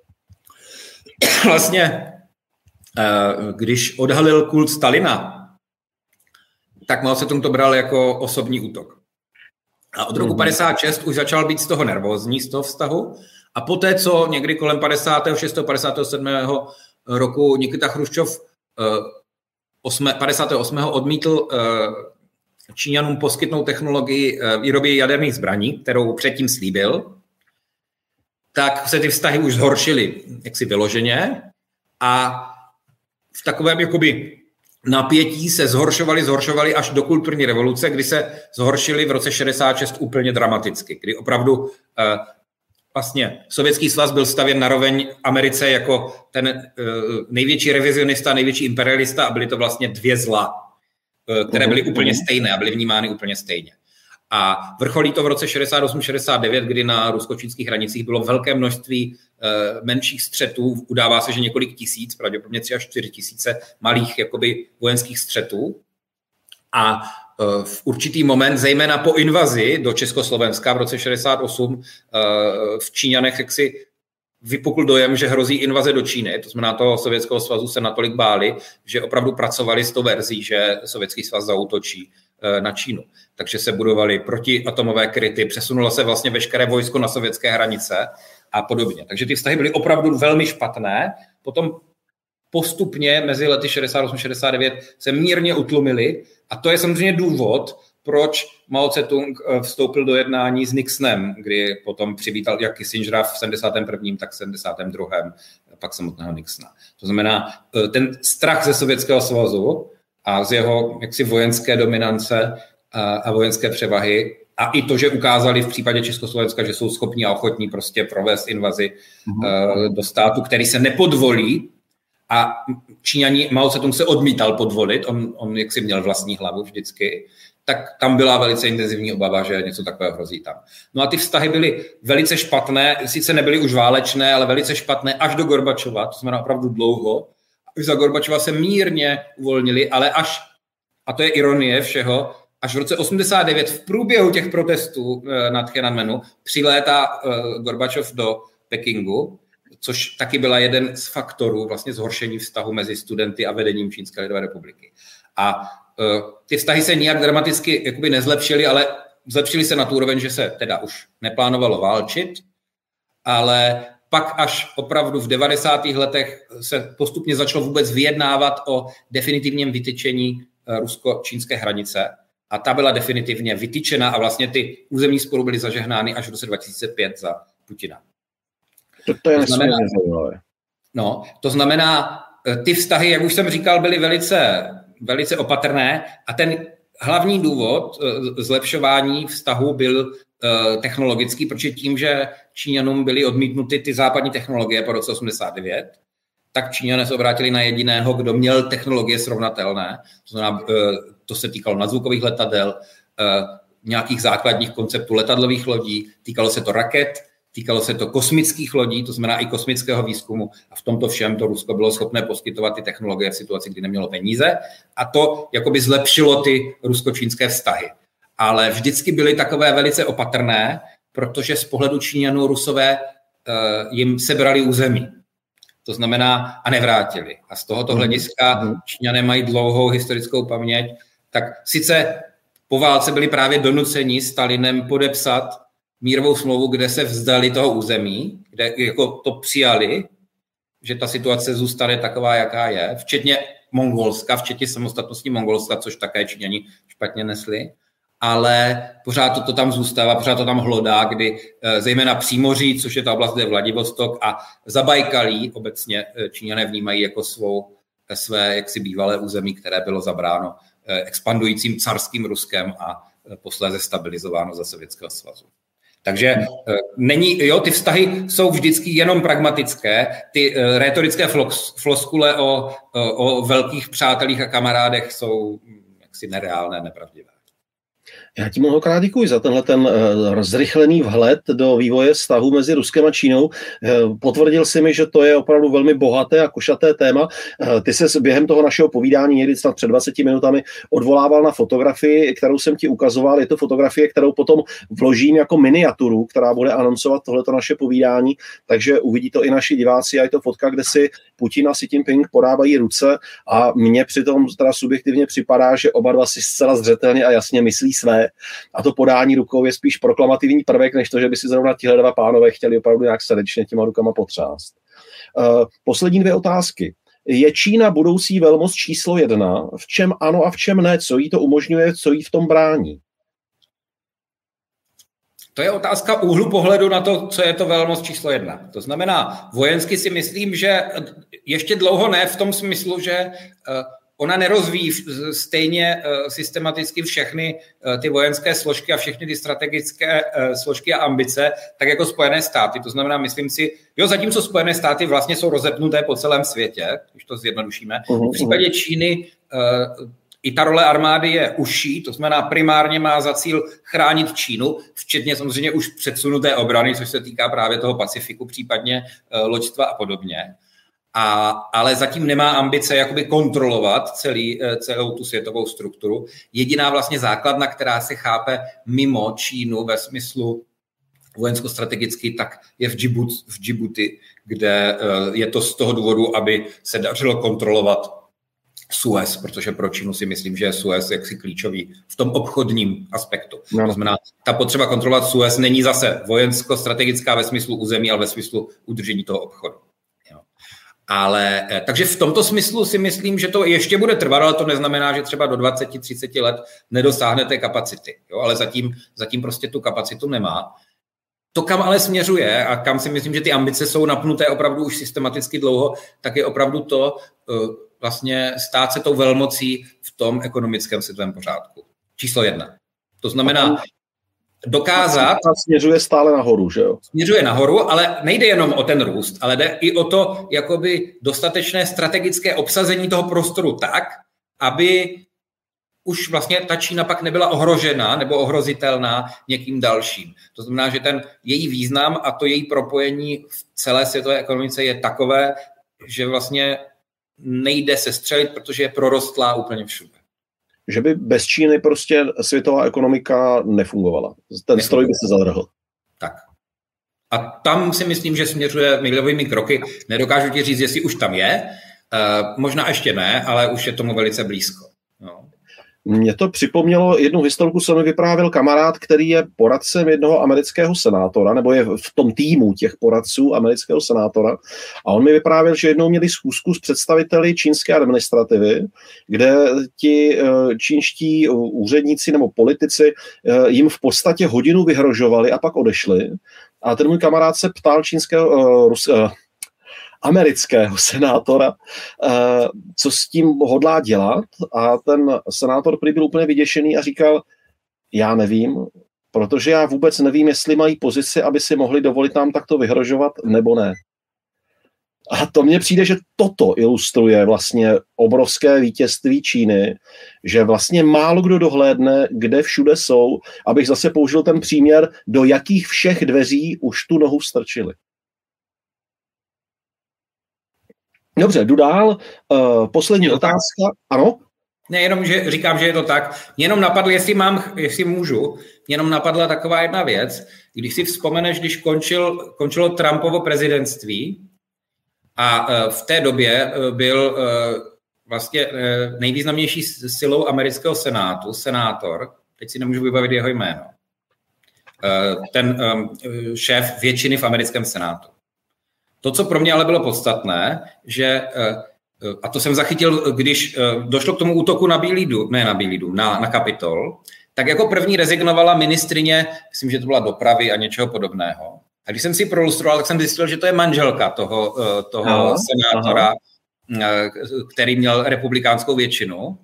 vlastně, když odhalil kult Stalina, tak Mao Tse-tung to bral jako osobní útok. A od roku padesát šest už začal být z toho nervózní, z toho vztahu. A poté, co někdy kolem padesátého šestého padesátého sedmého roku Nikita Chruščov padesátého osmého odmítl Číňanům poskytnout technologii výroby jaderných zbraní, kterou předtím slíbil, tak se ty vztahy už zhoršily jaksi vyloženě a v takovém jakoby napětí se zhoršovaly, zhoršovaly až do kulturní revoluce, kdy se zhoršily v roce šedesát šest úplně dramaticky, kdy opravdu eh, vlastně Sovětský svaz byl stavěn naroveň Americe jako ten eh, největší revizionista, největší imperialista a byly to vlastně dvě zla, eh, které byly úplně stejné a byly vnímány úplně stejně. A vrcholí to v roce šedesát osm šedesát devět, kdy na rusko-čínských hranicích bylo velké množství e, menších střetů. Udává se, že několik tisíc, pravděpodobně tři až čtyři tisíce malých jakoby, vojenských střetů. A e, v určitý moment, zejména po invazi do Československa v roce šedesát osm, e, v Číňanech jaksi vypukl dojem, že hrozí invaze do Číny. To znamená, toho Sovětského svazu se natolik báli, že opravdu pracovali s tou verzí, že Sovětský svaz zaútočí na Čínu. Takže se budovaly protiatomové kryty, přesunulo se vlastně veškeré vojsko na sovětské hranice a podobně. Takže ty vztahy byly opravdu velmi špatné. Potom postupně mezi lety šedesát osm šedesát devět se mírně utlumily a to je samozřejmě důvod, proč Mao Tse-tung vstoupil do jednání s Nixonem, kdy potom přivítal jak Kissingera v sedmdesátém prvním, tak v sedmdesátém druhém, pak samotného Nixona. To znamená, ten strach ze Sovětského svazu a z jeho jaksi vojenské dominance a, a vojenské převahy a i to, že ukázali v případě Československa, že jsou schopní a ochotní prostě provést invazi mm-hmm. do státu, který se nepodvolí, a Číňani, Mao Tse-tung se odmítal podvolit, on, on jaksi měl vlastní hlavu vždycky, tak tam byla velice intenzivní obava, že něco takového hrozí tam. No a ty vztahy byly velice špatné, sice nebyly už válečné, ale velice špatné až do Gorbačova, to znamená opravdu dlouho. Už za Gorbačova se mírně uvolnili, ale až, a to je ironie všeho, až v roce osmdesát devět v průběhu těch protestů na Tiananmenu přilétá Gorbačov do Pekingu, což taky byla jeden z faktorů vlastně zhoršení vztahu mezi studenty a vedením Čínské lidové republiky. A uh, ty vztahy se nijak dramaticky jakoby nezlepšily, ale zlepšily se na tu úroveň, že se teda už neplánovalo válčit, ale pak až opravdu v devadesátých letech se postupně začalo vůbec vyjednávat o definitivním vytyčení uh, rusko-čínské hranice. A ta byla definitivně vytyčena a vlastně ty územní spory byly zažehnány až v roce dva tisíce pět za Putina. To, to je to znamená, no, to znamená, ty vztahy, jak už jsem říkal, byly velice, velice opatrné a ten hlavní důvod zlepšování vztahu byl technologický, protože tím, že Číňanům byly odmítnuty ty západní technologie po roce osmdesát devět, tak Číňané se obrátili na jediného, kdo měl technologie srovnatelné. To znamená, to se týkalo nadzvukových letadel, nějakých základních konceptů letadlových lodí, týkalo se to raket, týkalo se to kosmických lodí, to znamená i kosmického výzkumu a v tomto všem to Rusko bylo schopné poskytovat ty technologie v situaci, kdy nemělo peníze a to jakoby zlepšilo ty rusko-čínské vztahy. Ale vždycky byly takové velice opatrné, protože z pohledu Číňanů Rusové uh, jim sebrali území. To znamená a nevrátili. A z tohoto hlediska Číňané mají dlouhou historickou paměť, tak sice po válce byli právě donuceni Stalinem podepsat mírovou smlouvu, kde se vzdali toho území, kde jako to přijali, že ta situace zůstane taková, jaká je, včetně Mongolska, včetně samostatnosti Mongolska, což také Číňani špatně nesli, ale pořád to, to tam zůstává, pořád to tam hlodá, kdy zejména Přímoří, což je ta oblast, kde je Vladivostok a Zabajkalí obecně Číňané vnímají jako svou, své jaksi bývalé území, které bylo zabráno expandujícím carským Ruskem a posléze stabilizováno za Sovětského svazu. Takže není, jo, ty vztahy jsou vždycky jenom pragmatické, ty rétorické floskule o, o velkých přátelích a kamarádech jsou jaksi nereálné, nepravdivé. Já ti mnohokrát děkuji za tenhle ten uh, zrychlený vhled do vývoje vztahu mezi Ruskem a Čínou. Uh, potvrdil si mi, že to je opravdu velmi bohaté a košaté téma. Uh, ty se během toho našeho povídání někdy snad před dvaceti minutami odvolával na fotografii, kterou jsem ti ukazoval. Je to fotografie, kterou potom vložím jako miniaturu, která bude anoncovat tohleto naše povídání, takže uvidí to i naši diváci a je to fotka, kde si Putin a Xi Jinping podávají ruce a mně přitom teda subjektivně připadá, že oba dva si zcela zřetelně a jasně myslí své. A to podání rukou je spíš proklamativní prvek, než to, že by si zrovna tihle dva pánové chtěli opravdu nějak srdečně těma rukama potřást. Uh, poslední dvě otázky. Je Čína budoucí velmoc číslo jedna? V čem ano a v čem ne? Co jí to umožňuje, co jí v tom brání? To je otázka úhlu pohledu na to, co je to velmoc číslo jedna. To znamená, vojensky si myslím, že ještě dlouho ne v tom smyslu, že ona nerozvíjí stejně systematicky všechny ty vojenské složky a všechny ty strategické složky a ambice, tak jako Spojené státy. To znamená, myslím si, jo, zatímco Spojené státy vlastně jsou rozepnuté po celém světě, když to zjednodušíme, v případě Číny i ta role armády je užší, to znamená primárně má za cíl chránit Čínu, včetně samozřejmě už předsunuté obrany, což se týká právě toho Pacifiku, případně loďstva a podobně. A, ale zatím nemá ambice jakoby kontrolovat celý, celou tu světovou strukturu. Jediná vlastně základna, která se chápe mimo Čínu ve smyslu vojensko-strategicky, tak je v Džibuti, v Džibuti, kde je to z toho důvodu, aby se dařilo kontrolovat Suez, protože pro Čínu si myslím, že je Suez jaksi klíčový v tom obchodním aspektu. No. To znamená, ta potřeba kontrolovat Suez není zase vojensko-strategická ve smyslu území, ale ve smyslu udržení toho obchodu. Jo. Ale, takže v tomto smyslu si myslím, že to ještě bude trvat, ale to neznamená, že třeba do dvacet třicet let nedosáhne té kapacity. Jo, ale zatím, zatím prostě tu kapacitu nemá. To, kam ale směřuje a kam si myslím, že ty ambice jsou napnuté opravdu už systematicky dlouho, tak je opravdu to vlastně stát se tou velmocí v tom ekonomickém světovém pořádku. Číslo jedna. To znamená dokázat... Směřuje stále nahoru, že jo? Směřuje nahoru, ale nejde jenom o ten růst, ale jde i o to jakoby dostatečné strategické obsazení toho prostoru tak, aby už vlastně ta Čína pak nebyla ohrožena nebo ohrozitelná někým dalším. To znamená, že ten její význam a to její propojení v celé světové ekonomice je takové, že vlastně nejde se střelit, protože je prorostlá úplně všude. Že by bez Číny prostě světová ekonomika nefungovala. Ten Nefungovala. Stroj by se zadrhl. Tak. A tam si myslím, že směřuje milovými kroky. Nedokážu ti říct, jestli už tam je. Uh, možná ještě ne, ale už je tomu velice blízko. No. Mně to připomnělo, jednu historku se mi vyprávěl kamarád, který je poradcem jednoho amerického senátora, nebo je v tom týmu těch poradců amerického senátora. A on mi vyprávěl, že jednou měli schůzku s představiteli čínské administrativy, kde ti čínští úředníci nebo politici jim v podstatě hodinu vyhrožovali a pak odešli. A ten můj kamarád se ptal čínského Rus, amerického senátora, co s tím hodlá dělat, a ten senátor prý byl úplně vyděšený a říkal, já nevím, protože já vůbec nevím, jestli mají pozici, aby si mohli dovolit nám takto vyhrožovat, nebo ne. A to mně přijde, že toto ilustruje vlastně obrovské vítězství Číny, že vlastně málo kdo dohlédne, kde všude jsou, abych zase použil ten příměr, do jakých všech dveří už tu nohu strčili. Dobře, jdu dál. Uh, poslední otázka. Ano? Ne, jenom že říkám, že je to tak. Jenom napadl, jestli mám, jestli můžu, jenom napadla taková jedna věc. Když si vzpomeneš, když končil, končilo Trumpovo prezidentství a uh, v té době uh, byl uh, vlastně uh, nejvýznamnější silou amerického senátu, senátor, teď si nemůžu vybavit jeho jméno, uh, ten um, šéf většiny v americkém senátu. To, co pro mě ale bylo podstatné, že, a to jsem zachytil, když došlo k tomu útoku na Bílý dům, ne na Bílý dům, na, na Kapitol, tak jako první rezignovala ministryně, myslím, že to byla dopravy a něčeho podobného. A když jsem si prolustroval, tak jsem zjistil, že to je manželka toho, toho aha, senátora, aha. který měl republikánskou většinu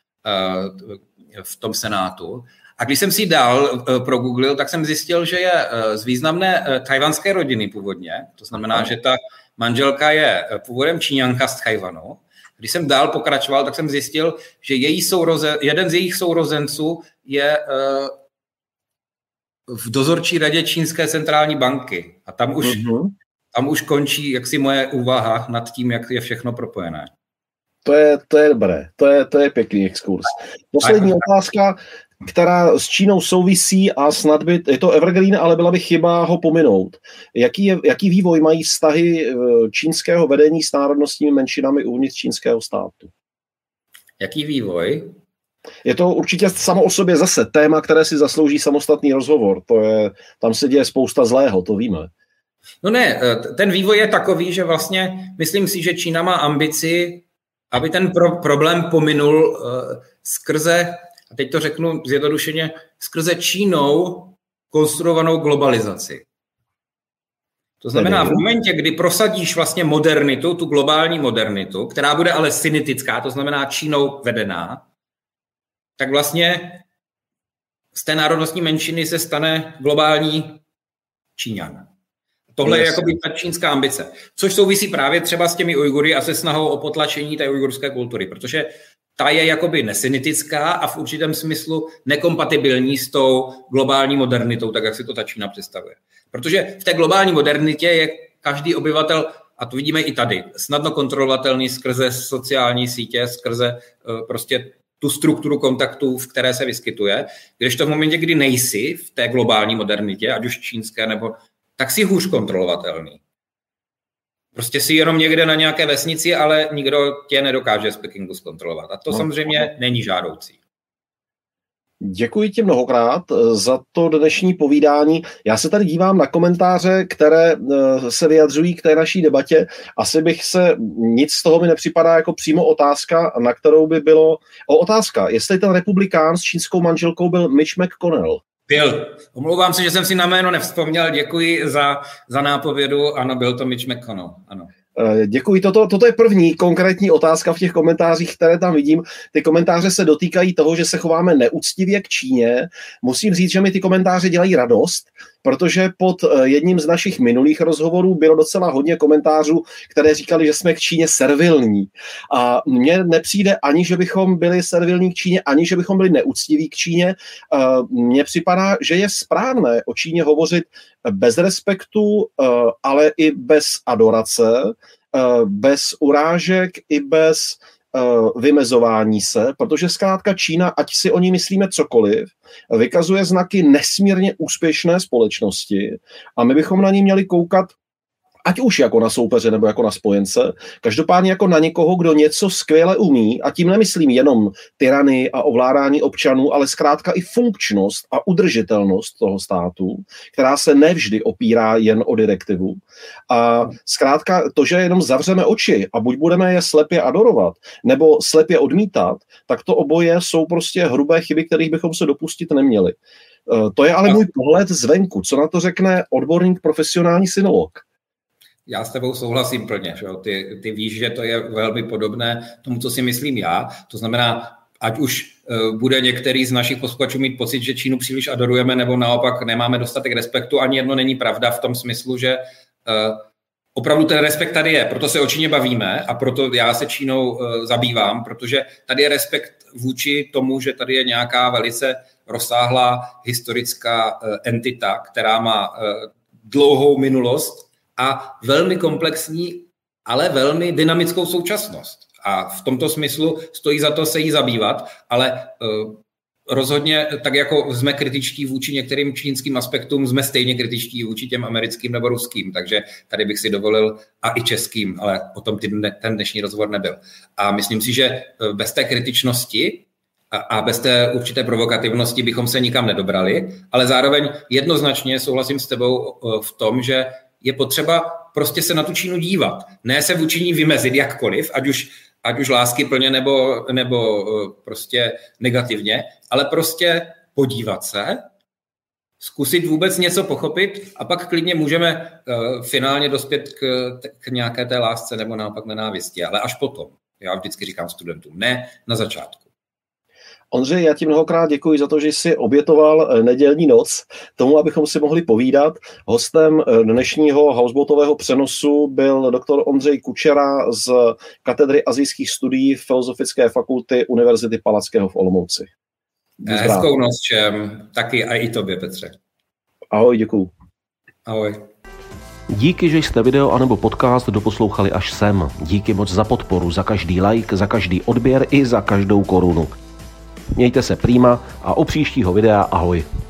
v tom senátu. A když jsem si dál progooglil, tak jsem zjistil, že je z významné tajvanské rodiny původně. To znamená, že ta manželka je původem Číňanka z Tajvanu. Když jsem dál pokračoval, tak jsem zjistil, že její sourozen, jeden z jejich sourozenců je v dozorčí radě Čínské centrální banky. A tam už, uh-huh. tam už končí jaksi moje úvaha nad tím, jak je všechno propojené. To je, to je dobré, to je, to je pěkný exkurs. Poslední otázka, která s Čínou souvisí a snad by, je to evergreen, ale byla by chyba ho pominout. Jaký, je, jaký vývoj mají vztahy čínského vedení s národnostními menšinami uvnitř čínského státu? Jaký vývoj? Je to určitě samo o sobě zase téma, které si zaslouží samostatný rozhovor. To je, tam se děje spousta zlého, to víme. No ne, ten vývoj je takový, že vlastně myslím si, že Čína má ambici, aby ten pro, problém pominul uh, skrze, a teď to řeknu zjednodušeně, skrze Čínou konstruovanou globalizaci. To znamená, v momentě, kdy prosadíš vlastně modernitu, tu globální modernitu, která bude ale synitická, to znamená Čínou vedená, tak vlastně z té národnostní menšiny se stane globální Číňan. Tohle je jakoby ta čínská ambice, což souvisí právě třeba s těmi Ujgury a se snahou o potlačení té ujgurské kultury, protože ta je jakoby nesinitická a v určitém smyslu nekompatibilní s tou globální modernitou, tak jak si to ta Čína představuje. Protože v té globální modernitě je každý obyvatel, a to vidíme i tady, snadno kontrolovatelný skrze sociální sítě, skrze prostě tu strukturu kontaktů, v které se vyskytuje, kdežto v momentě, kdy nejsi v té globální modernitě, ať už čínské nebo tak si hůř kontrolovatelný. Prostě si jenom někde na nějaké vesnici, ale nikdo tě nedokáže z Pekingu zkontrolovat. A to no, samozřejmě no. není žádoucí. Děkuji ti mnohokrát za to dnešní povídání. Já se tady dívám na komentáře, které se vyjadřují k té naší debatě. Asi bych se, nic z toho mi nepřipadá jako přímo otázka, na kterou by bylo... O, otázka, jestli ten republikán s čínskou manželkou byl Mitch McConnell. Byl. Omlouvám se, že jsem si na jméno nevzpomněl. Děkuji za, za nápovědu. Ano, byl to Mitch McConnell. Ano. Děkuji. Toto, toto je první konkrétní otázka v těch komentářích, které tam vidím. Ty komentáře se dotýkají toho, že se chováme neúctivě k Číně. Musím říct, že mi ty komentáře dělají radost, protože pod jedním z našich minulých rozhovorů bylo docela hodně komentářů, které říkali, že jsme k Číně servilní. A mně nepřijde ani, že bychom byli servilní k Číně, ani, že bychom byli neúctiví k Číně. Mně připadá, že je správné o Číně hovořit bez respektu, ale i bez adorace, bez urážek i bez vymezování se, protože zkrátka Čína, ať si o ní myslíme cokoliv, vykazuje znaky nesmírně úspěšné společnosti a my bychom na ní měli koukat ať už jako na soupeře nebo jako na spojence, každopádně jako na někoho, kdo něco skvěle umí, a tím nemyslím jenom tyranii a ovládání občanů, ale zkrátka i funkčnost a udržitelnost toho státu, která se nevždy opírá jen o direktivu. A zkrátka to, že jenom zavřeme oči a buď budeme je slepě adorovat, nebo slepě odmítat, tak to oboje jsou prostě hrubé chyby, kterých bychom se dopustit neměli. To je ale můj pohled zvenku. Co na to řekne odborník, profesionální sinolog? Já s tebou souhlasím plně. Že? Ty, ty víš, že to je velmi podobné tomu, co si myslím já. To znamená, ať už uh, bude některý z našich posluchačů mít pocit, že Čínu příliš adorujeme, nebo naopak nemáme dostatek respektu, ani jedno není pravda v tom smyslu, že uh, opravdu ten respekt tady je. Proto se o Číně bavíme a proto já se Čínou uh, zabývám, protože tady je respekt vůči tomu, že tady je nějaká velice rozsáhlá historická uh, entita, která má uh, dlouhou minulost a velmi komplexní, ale velmi dynamickou současnost. A v tomto smyslu stojí za to se jí zabývat, ale uh, rozhodně, tak jako jsme kritičtí vůči některým čínským aspektům, jsme stejně kritičtí vůči těm americkým nebo ruským, takže tady bych si dovolil, a i českým, ale o tom ten dnešní rozhovor nebyl. A myslím si, že bez té kritičnosti a bez té určité provokativnosti bychom se nikam nedobrali, ale zároveň jednoznačně souhlasím s tebou v tom, že je potřeba prostě se na tu Čínu dívat. Ne se vůči ní vymezit jakkoliv, ať už, ať už láskyplně nebo, nebo prostě negativně, ale prostě podívat se, zkusit vůbec něco pochopit a pak klidně můžeme uh, finálně dospět k, k nějaké té lásce nebo naopak nenávisti, ale až potom. Já vždycky říkám studentům, ne na začátku. Ondřej, já ti mnohokrát děkuji za to, že jsi obětoval nedělní noc tomu, abychom si mohli povídat. Hostem dnešního houseboatového přenosu byl doktor Ondřej Kučera z katedry asijských studií Filozofické fakulty Univerzity Palackého v Olomouci. Hezkou noc všem, taky a i tobě, Petře. Ahoj, děkuju. Ahoj. Díky, že jste video anebo podcast doposlouchali až sem. Díky moc za podporu, za každý like, za každý odběr i za každou korunu. Mějte se prýma a u příštího videa ahoj.